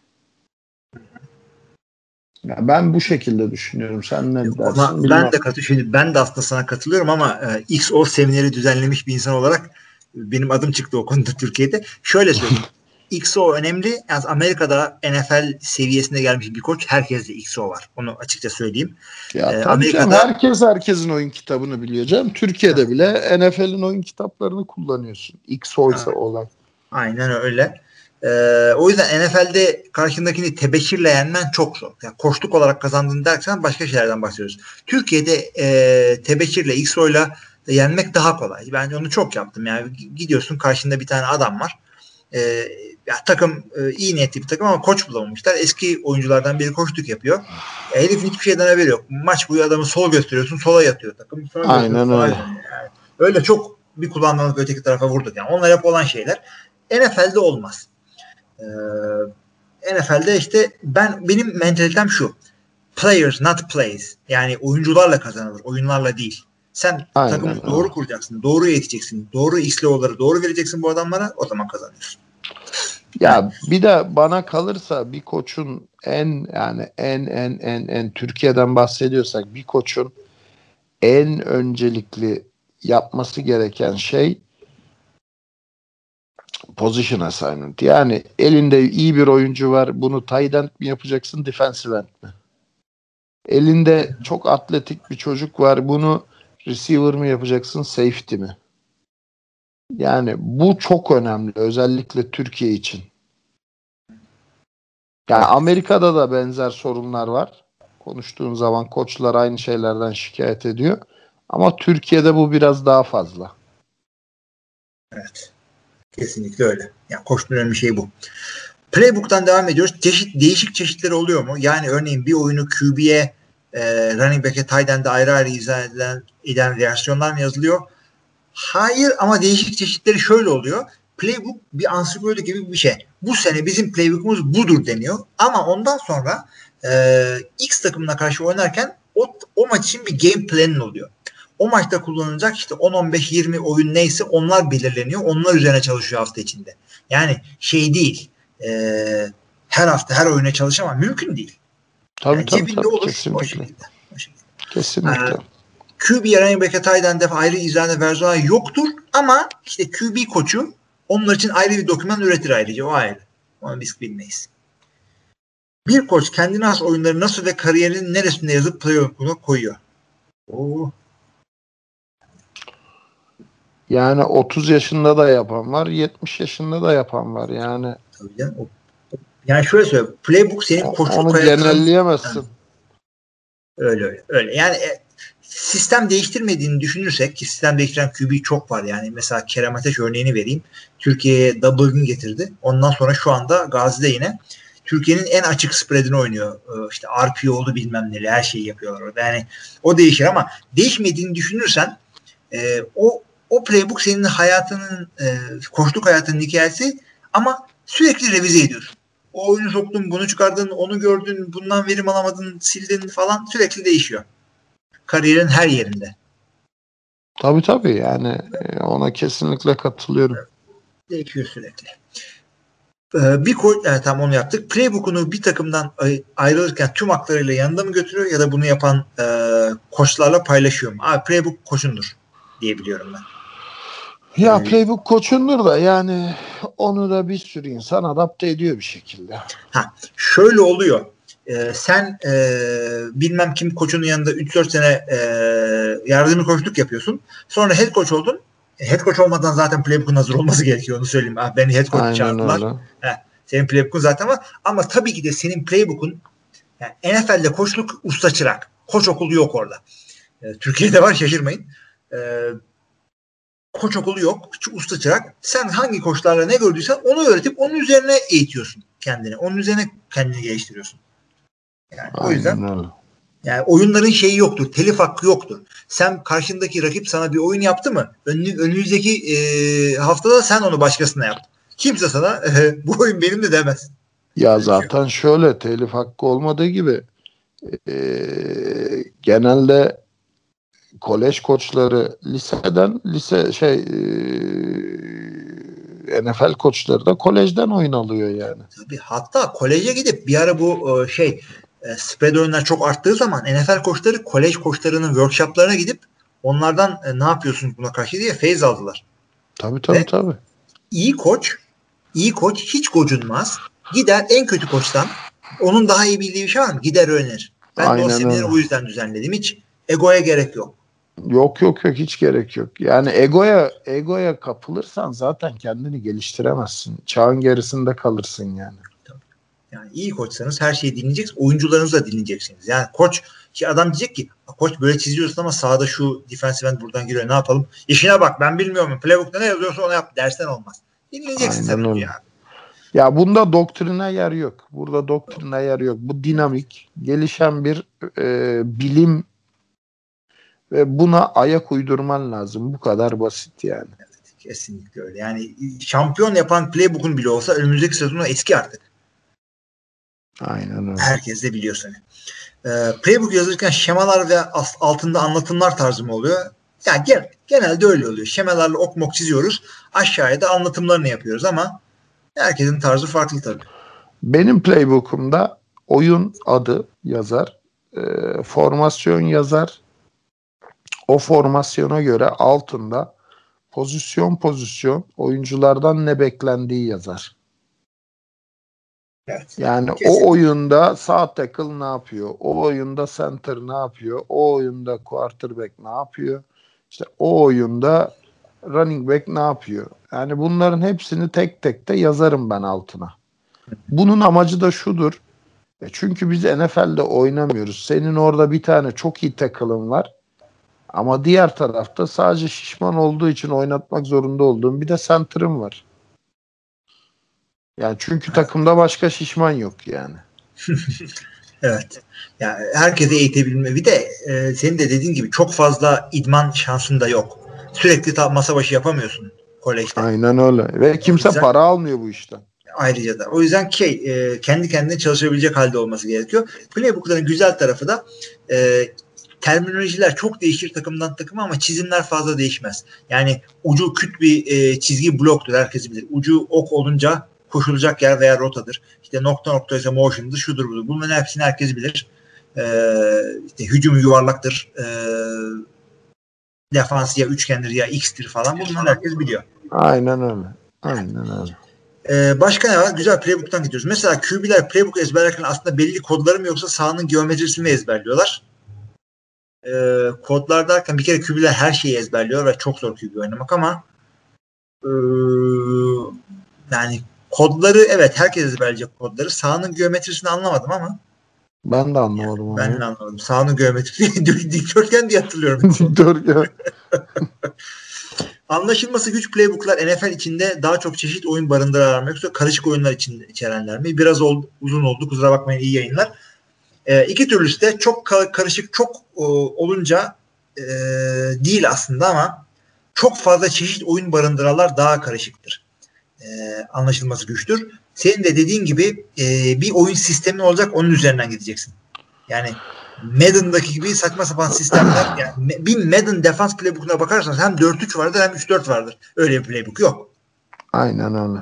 Ya ben bu şekilde düşünüyorum. Sen ne dersin? Ben de aslında sana katılıyorum ama XO semineri düzenlemiş bir insan olarak benim adım çıktı o konuda Türkiye'de. Şöyle söyleyeyim. XO önemli. Yani Amerika'da NFL seviyesine gelmiş bir koç, herkeste XO var. Onu açıkça söyleyeyim. Ya Amerika'da herkesin oyun kitabını biliyor canım. Türkiye'de bile NFL'in oyun kitaplarını kullanıyorsun. XO ise olan. Aynen öyle. O yüzden NFL'de karşındakini tebeşirle yenmen çok zor. Yani koçluk olarak kazandığını dersen başka şeylerden bahsediyoruz. Türkiye'de tebeşirle, XO'yla yenmek daha kolay. Ben onu çok yaptım. Yani gidiyorsun, karşında bir tane adam var. Ya takım iyi niyetli bir takım ama koç bulamamışlar. Eski oyunculardan biri koçluk yapıyor. Herifin hiçbir şeyden haberi yok. Maç boyu adamı sol gösteriyorsun, sola yatıyor takım. Aynen öyle. Yani öyle çok bir kullanmalık öteki tarafa vurduk. Yani onlar hep olan şeyler. NFL'de olmaz. NFL'de işte benim mentalitem şu. Players not plays. Yani oyuncularla kazanılır, oyunlarla değil. Sen takımı doğru kuracaksın, doğru eğiteceksin, doğru XLO'ları doğru vereceksin bu adamlara, o zaman kazanıyorsun. Ya bir de bana kalırsa bir koçun en Türkiye'den bahsediyorsak bir koçun en öncelikli yapması gereken şey position assignment. Yani elinde iyi bir oyuncu var. Bunu tight end mi yapacaksın, defensive end mi? Elinde çok atletik bir çocuk var. Bunu receiver mi yapacaksın, safety mi? Yani bu çok önemli. Özellikle Türkiye için. Yani Amerika'da da benzer sorunlar var. Konuştuğun zaman koçlar aynı şeylerden şikayet ediyor. Ama Türkiye'de bu biraz daha fazla. Evet. Kesinlikle öyle. Yani koçun önemli şey bu. Playbook'tan devam ediyoruz. Değişik çeşitleri oluyor mu? Yani örneğin bir oyunu QB'ye, running back'e, tight end'e ayrı ayrı izah eden versiyonlar mı yazılıyor? Hayır, ama değişik çeşitleri şöyle oluyor. Playbook bir ansiklopedi gibi bir şey. Bu sene bizim playbook'umuz budur deniyor. Ama ondan sonra X takımına karşı oynarken o maç için bir game plan'ın oluyor. O maçta kullanılacak işte 10-15-20 oyun neyse onlar belirleniyor. Onlar üzerine çalışıyor hafta içinde. Yani şey değil. Her hafta her oyuna çalışamam. Mümkün değil. Tabii, yani tabii, cebinde tabii, olur. kesinlikle. O şekilde. Kesinlikle. QB running back'e tight end'e ayrı izlane versiyonu yoktur ama işte QB koçu onlar için ayrı bir doküman üretir ayrıca. O ayrı. Onu biz bilmeyiz. Bir koç kendine has oyunları nasıl ve kariyerinin neresinde yazıp playoff'una koyuyor. Oo. Yani 30 yaşında da yapan var, 70 yaşında da yapan var yani. Tabii canım. Yani şöyle söyleyeyim. Playbook senin koçluk onu hayatının... genelleyemezsin. Öyle. Yani sistem değiştirmediğini düşünürsek ki sistem değiştiren QB çok var yani. Mesela Kerem Ateş örneğini vereyim. Türkiye'ye double win getirdi. Ondan sonra şu anda Gazi'de yine Türkiye'nin en açık spreadini oynuyor. İşte RPO'lu bilmem neleri her şeyi yapıyorlar orada. Yani o değişir ama değişmediğini düşünürsen o playbook senin hayatının koçluk hayatının hikayesi ama sürekli revize ediyorsun. O oyunu soktun, bunu çıkardın, onu gördün, bundan verim alamadın, sildin falan sürekli değişiyor. Kariyerin her yerinde. Tabii yani ona kesinlikle katılıyorum. Değişiyor sürekli. Bir koç, tam onu yaptık. Playbook'unu bir takımdan ayrılırken tüm haklarıyla yanında mı götürüyor ya da bunu yapan koçlarla paylaşıyor mu? Playbook koçundur diyebiliyorum ben. Ya playbook koçundur da yani onu da bir sürü insan adapte ediyor bir şekilde. Şöyle oluyor. Sen bilmem kim koçunun yanında 3-4 sene yardımcı koçluk yapıyorsun. Sonra head coach oldun. Head coach olmadan zaten playbook'un hazır olması gerekiyor. Onu söyleyeyim. Beni head coach çağırdılar. Senin playbook'un zaten var. Ama tabii ki de senin playbook'un yani NFL'de koçluk usta çırak. Koç okulu yok orada. Türkiye'de var, şaşırmayın. Koç okulu yok. Usta çırak. Sen hangi koçlarla ne gördüysen onu öğretip onun üzerine eğitiyorsun kendini. Onun üzerine kendini geliştiriyorsun. Yani o yüzden yani oyunların şeyi yoktur. Telif hakkı yoktur. Sen karşındaki rakip sana bir oyun yaptı mı? Önümüzdeki haftada sen onu başkasına yap. Kimse sana bu oyun benim de demez. Ya zaten şöyle telif hakkı olmadığı gibi genelde kolej koçları NFL koçları da kolejden oyun alıyor yani. Tabii, hatta koleje gidip bir ara bu spread oyunlar çok arttığı zaman NFL koçları kolej koçlarının workshoplarına gidip onlardan ne yapıyorsunuz buna karşı diye feyz aldılar. Tabii. İyi koç hiç gocunmaz. Gider en kötü koçtan, onun daha iyi bildiği bir şey var mı? Gider öğrenir. Ben de o seminer'i o yüzden düzenledim. Hiç egoya gerek yok. Yok hiç gerek yok. Yani egoya kapılırsan zaten kendini geliştiremezsin. Çağın gerisinde kalırsın yani. Yani iyi koçsanız her şeyi dinleyeceksiniz. Oyuncularınızı da dinleyeceksiniz. Yani koç ki adam diyecek ki koç böyle çiziyorsun ama sahada şu defensive end buradan giriyor. Ne yapalım? İşine bak, ben bilmiyorum. Playbook'ta ne yazıyorsa onu yap dersen olmaz. Dinleyeceksin sen önce ya. Ya bunda doktrine yer yok. Burada doktrine yer yok. Bu dinamik, gelişen bir bilim ve buna ayak uydurman lazım. Bu kadar basit yani. Evet, kesinlikle öyle. Yani şampiyon yapan playbook'un bile olsa önümüzdeki sezonu eski artık. Aynen öyle. Herkes de biliyor seni. Playbook yazırken şemalar ve altında anlatımlar tarzı mı oluyor? Yani genelde öyle oluyor. Şemalarla ok mok çiziyoruz. Aşağıya da anlatımlarını yapıyoruz ama herkesin tarzı farklı tabii. Benim playbook'umda oyun adı yazar. Formasyon yazar. O formasyona göre altında pozisyon oyunculardan ne beklendiği yazar. Evet. Yani Kesinlikle. O oyunda sağ tackle ne yapıyor? O oyunda center ne yapıyor? O oyunda quarterback ne yapıyor? İşte o oyunda running back ne yapıyor? Yani bunların hepsini tek tek de yazarım ben altına. Bunun amacı da şudur. Çünkü biz NFL'de oynamıyoruz. Senin orada bir tane çok iyi tackle'ın var. Ama diğer tarafta sadece şişman olduğu için oynatmak zorunda olduğum bir de center'ım var. Yani çünkü takımda başka şişman yok yani. Evet. Yani herkese eğitebilme. Bir de senin de dediğin gibi çok fazla idman şansın da yok. Sürekli masa başı yapamıyorsun kolejde. Aynen öyle. Ve kimse para almıyor bu işten. Ayrıca da. O yüzden kendi kendine çalışabilecek halde olması gerekiyor. Playbook'ların güzel tarafı da terminolojiler çok değişir takımdan takıma ama çizimler fazla değişmez. Yani ucu küt bir çizgi bloktur. Herkes bilir. Ucu ok olunca koşulacak yer veya rotadır. İşte nokta nokta ise motion'dır, şudur budur. Bunların hepsini herkes bilir. İşte hücum yuvarlaktır. Defans ya üçgendir ya x'tir falan. Bunları herkes biliyor. Aynen öyle. Aynen öyle. Başka ne var? Güzel playbook'tan gidiyoruz. Mesela QB'ler playbook ezberlerken aslında belli kodları mı yoksa sahanın geometrisini mi ezberliyorlar? Kodlar derken bir kere QB'ler her şeyi ezberliyor ve çok zor QB oynamak ama yani kodları evet herkes ezberleyecek kodları. Sahanın geometrisini anlamadım ama ben de anlamadım onu. Ben de anlamadım. Sahanın geometrisi dikdörtgen diye hatırlıyorum. Dikdörtgen. Anlaşılması güç playbook'lar NFL içinde daha çok çeşit oyun barındırar mı yoksa karışık oyunlar içerenler mi? Biraz uzun oldu. Kusura bakmayın, iyi yayınlar. İki türlüsü de çok karışık çok olunca değil aslında ama çok fazla çeşit oyun barındırarlar daha karışıktır. Anlaşılması güçtür. Senin de dediğin gibi bir oyun sistemi olacak, onun üzerinden gideceksin. Yani Madden'daki gibi saçma sapan sistemler. Yani bir Madden defans playbook'una bakarsanız hem 4-3 vardır hem 3-4 vardır. Öyle bir playbook yok. Aynen öyle.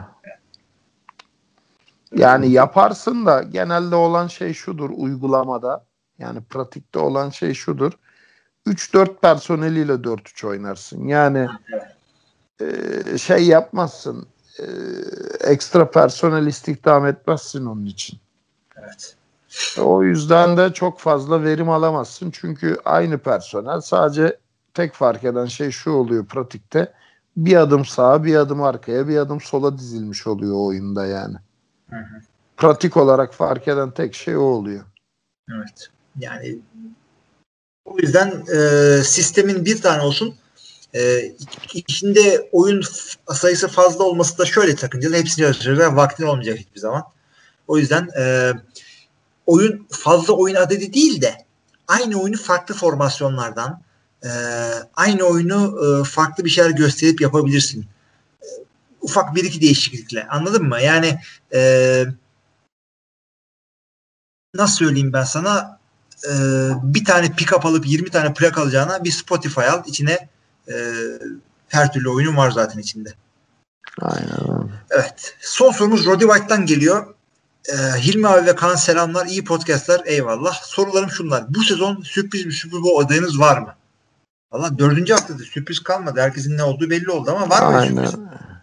Yani yaparsın da genelde olan şey şudur uygulamada. Yani pratikte olan şey şudur. 3-4 personeliyle 4-3 oynarsın. Yani şey yapmazsın. Ekstra personel istihdam etmezsin onun için. Evet. O yüzden de çok fazla verim alamazsın. Çünkü aynı personel, sadece tek fark eden şey şu oluyor pratikte. Bir adım sağa, bir adım arkaya, bir adım sola dizilmiş oluyor o oyunda yani. Hı hı. Pratik olarak fark eden tek şey o oluyor. Evet. Yani o yüzden sistemin bir tane olsun. İçinde oyun sayısı fazla olması da şöyle sakıncalı. Hepsini çalışacak. Vaktin olmayacak hiçbir zaman. O yüzden fazla oyun adedi değil de aynı oyunu farklı formasyonlardan aynı oyunu farklı bir şeyler gösterip yapabilirsin. Ufak bir iki değişiklikle. Anladın mı? Yani nasıl söyleyeyim ben sana, bir tane pick-up alıp 20 tane plak alacağına bir Spotify al. İçine her türlü oyunun var zaten içinde. Aynen. Evet. Son sorumuz Roddy White'tan geliyor. Hilmi abi ve Kaan selamlar. İyi podcastlar. Eyvallah. Sorularım şunlar. Bu sezon sürpriz bir Super Bowl adayınız var mı? Valla 4. haftada sürpriz kalmadı. Herkesin ne olduğu belli oldu ama var mı sürpriz?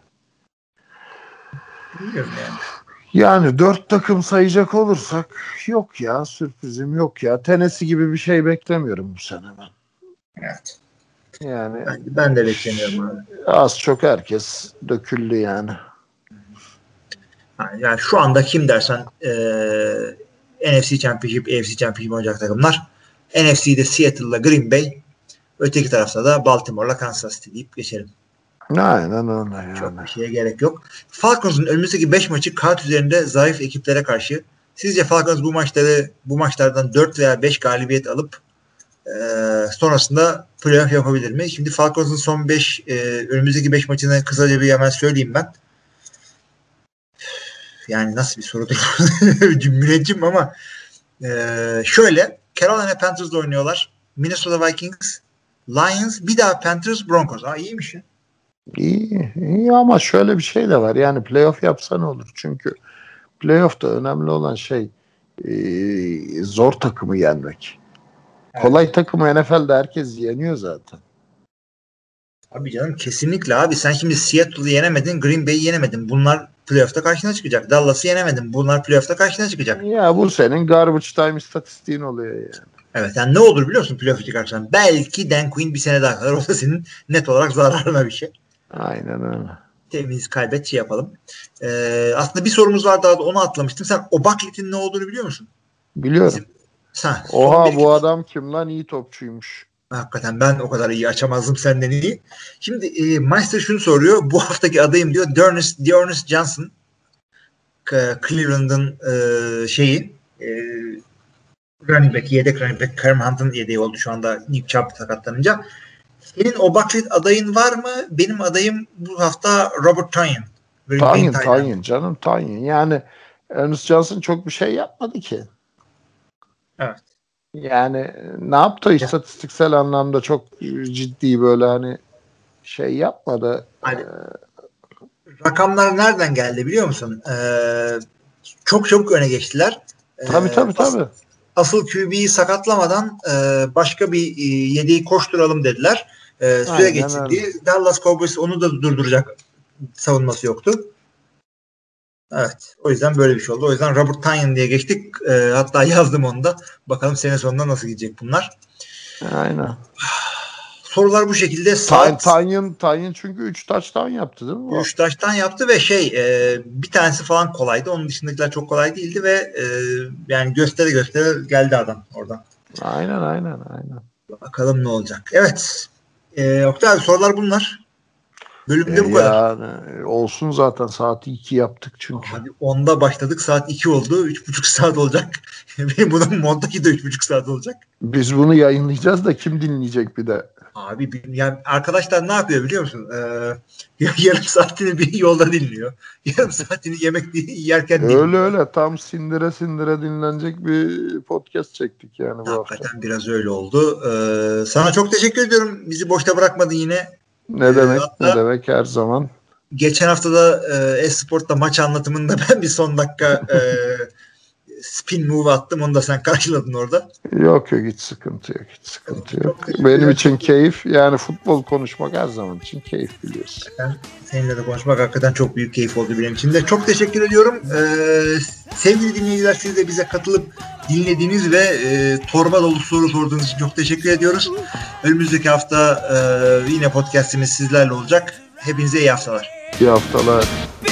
Bilmiyorum yani. Yani 4 takım sayacak olursak yok ya, sürprizim yok ya. Tennessee gibi bir şey beklemiyorum bu sene ben. Evet. Yani ben de beklemiyorum abi. Az çok herkes döküldü yani. Yani şu anda kim dersen NFC Championship, AFC Championship oynayacak takımlar. NFC'de Seattle'la Green Bay, öteki tarafta da Baltimore'la Kansas City deyip geçelim. Aynen öyle yani. Çok bir şeye gerek yok. Falcons'un önümüzdeki 5 maçı kağıt üzerinde zayıf ekiplere karşı. Sizce Falcons bu maçlardan 4 veya 5 galibiyet alıp sonrasında playoff yapabilir mi? Şimdi Falcons'un son 5 önümüzdeki 5 maçını kısaca bir hemen söyleyeyim ben. Yani nasıl bir sorudur? Müneccim ama şöyle, Carolina Panthers'la oynuyorlar. Minnesota Vikings, Lions, bir daha Panthers, Broncos. İyiymiş ya. İyi ama şöyle bir şey de var. Yani playoff yapsa ne olur? Çünkü playoff'ta önemli olan şey zor takımı yenmek. Evet. Kolay takımı NFL'de herkes yeniyor zaten. Abi canım kesinlikle abi. Sen şimdi Seattle'ı yenemedin, Green Bay'i yenemedin. Bunlar playoff'ta karşına çıkacak. Dallas'ı yenemedin. Bunlar playoff'ta karşına çıkacak. Ya bu senin garbage time istatistiğin oluyor yani. Evet, yani ne olur biliyor musun playoff'a çıkarsan? Belki Dan Quinn bir sene daha kalır. O da senin net olarak zararına bir şey. Aynen öyle. Temiz kaybet yapalım. Aslında bir sorumuz var daha da onu atlamıştım. Sen Obaklit'in ne olduğunu biliyor musun? Biliyorum. Oha bu adam kim lan, iyi topçuymuş. Hakikaten ben o kadar iyi açamazdım senden iyi. Şimdi Meister şunu soruyor. Bu haftaki adayım diyor. Dearness Johnson, Cleveland'ın running back, yedek running back, Kareem Hunt'ın yedeği oldu şu anda Nick Chubb sakatlanınca. Senin o Bucklet adayın var mı? Benim adayım bu hafta Robert Tonyan. Tonyan canım Tonyan. Yani Ernest Johnson çok bir şey yapmadı ki. Evet. Yani ne yaptı istatistiksel anlamda çok ciddi böyle hani şey yapmadı. Hani, rakamlar nereden geldi biliyor musun? Çok çabuk öne geçtiler. Tabii. Asıl QB'yi sakatlamadan başka bir yedeği koşturalım dediler. Süre geçsin diye. Dallas Cowboys onu da durduracak savunması yoktu. Evet. O yüzden böyle bir şey oldu. O yüzden Robert Tonyan diye geçtik. Hatta yazdım onu da. Bakalım sene sonunda nasıl gidecek bunlar. Aynen. Sorular bu şekilde. Tonyan çünkü 3 touchdown yaptı değil mi? 3 touchdown yaptı ve bir tanesi falan kolaydı. Onun dışındakiler çok kolay değildi ve yani göstere geldi adam oradan. Aynen. Bakalım ne olacak. Evet. Oktay abi sorular bunlar. Bölümde bu kadar. Yani olsun zaten saati 2 yaptık çünkü. Abi 10'da başladık. Saat 2 oldu. 3,5 saat olacak. Benim bunun montaki de 3,5 saat olacak. Biz bunu yayınlayacağız da kim dinleyecek bir de? Abi yani arkadaşlar ne yapıyor biliyor musun? Yarım saatini bir yolda dinliyor. Yarım saatini yemek yerken dinliyor. Öyle tam sindire dinlenecek bir podcast çektik yani bu hafta. Hakikaten biraz öyle oldu. Sana çok teşekkür ediyorum. Bizi boşta bırakmadın yine. Ne demek her zaman. Geçen hafta da Esport'ta maç anlatımında ben bir son dakika spin move attım. Onu da sen karşıladın orada. Yok hiç sıkıntı yok. Benim için keyif. Yani futbol konuşmak her zaman için keyif biliyorsun. Seninle de konuşmak hakikaten çok büyük keyif oldu benim için de. Çok teşekkür ediyorum. Sevgili dinleyiciler siz de bize katılıp dinlediğiniz ve torba dolu soru sorduğunuz için çok teşekkür ediyoruz. Önümüzdeki hafta yine podcastimiz sizlerle olacak. Hepinize iyi haftalar. İyi haftalar.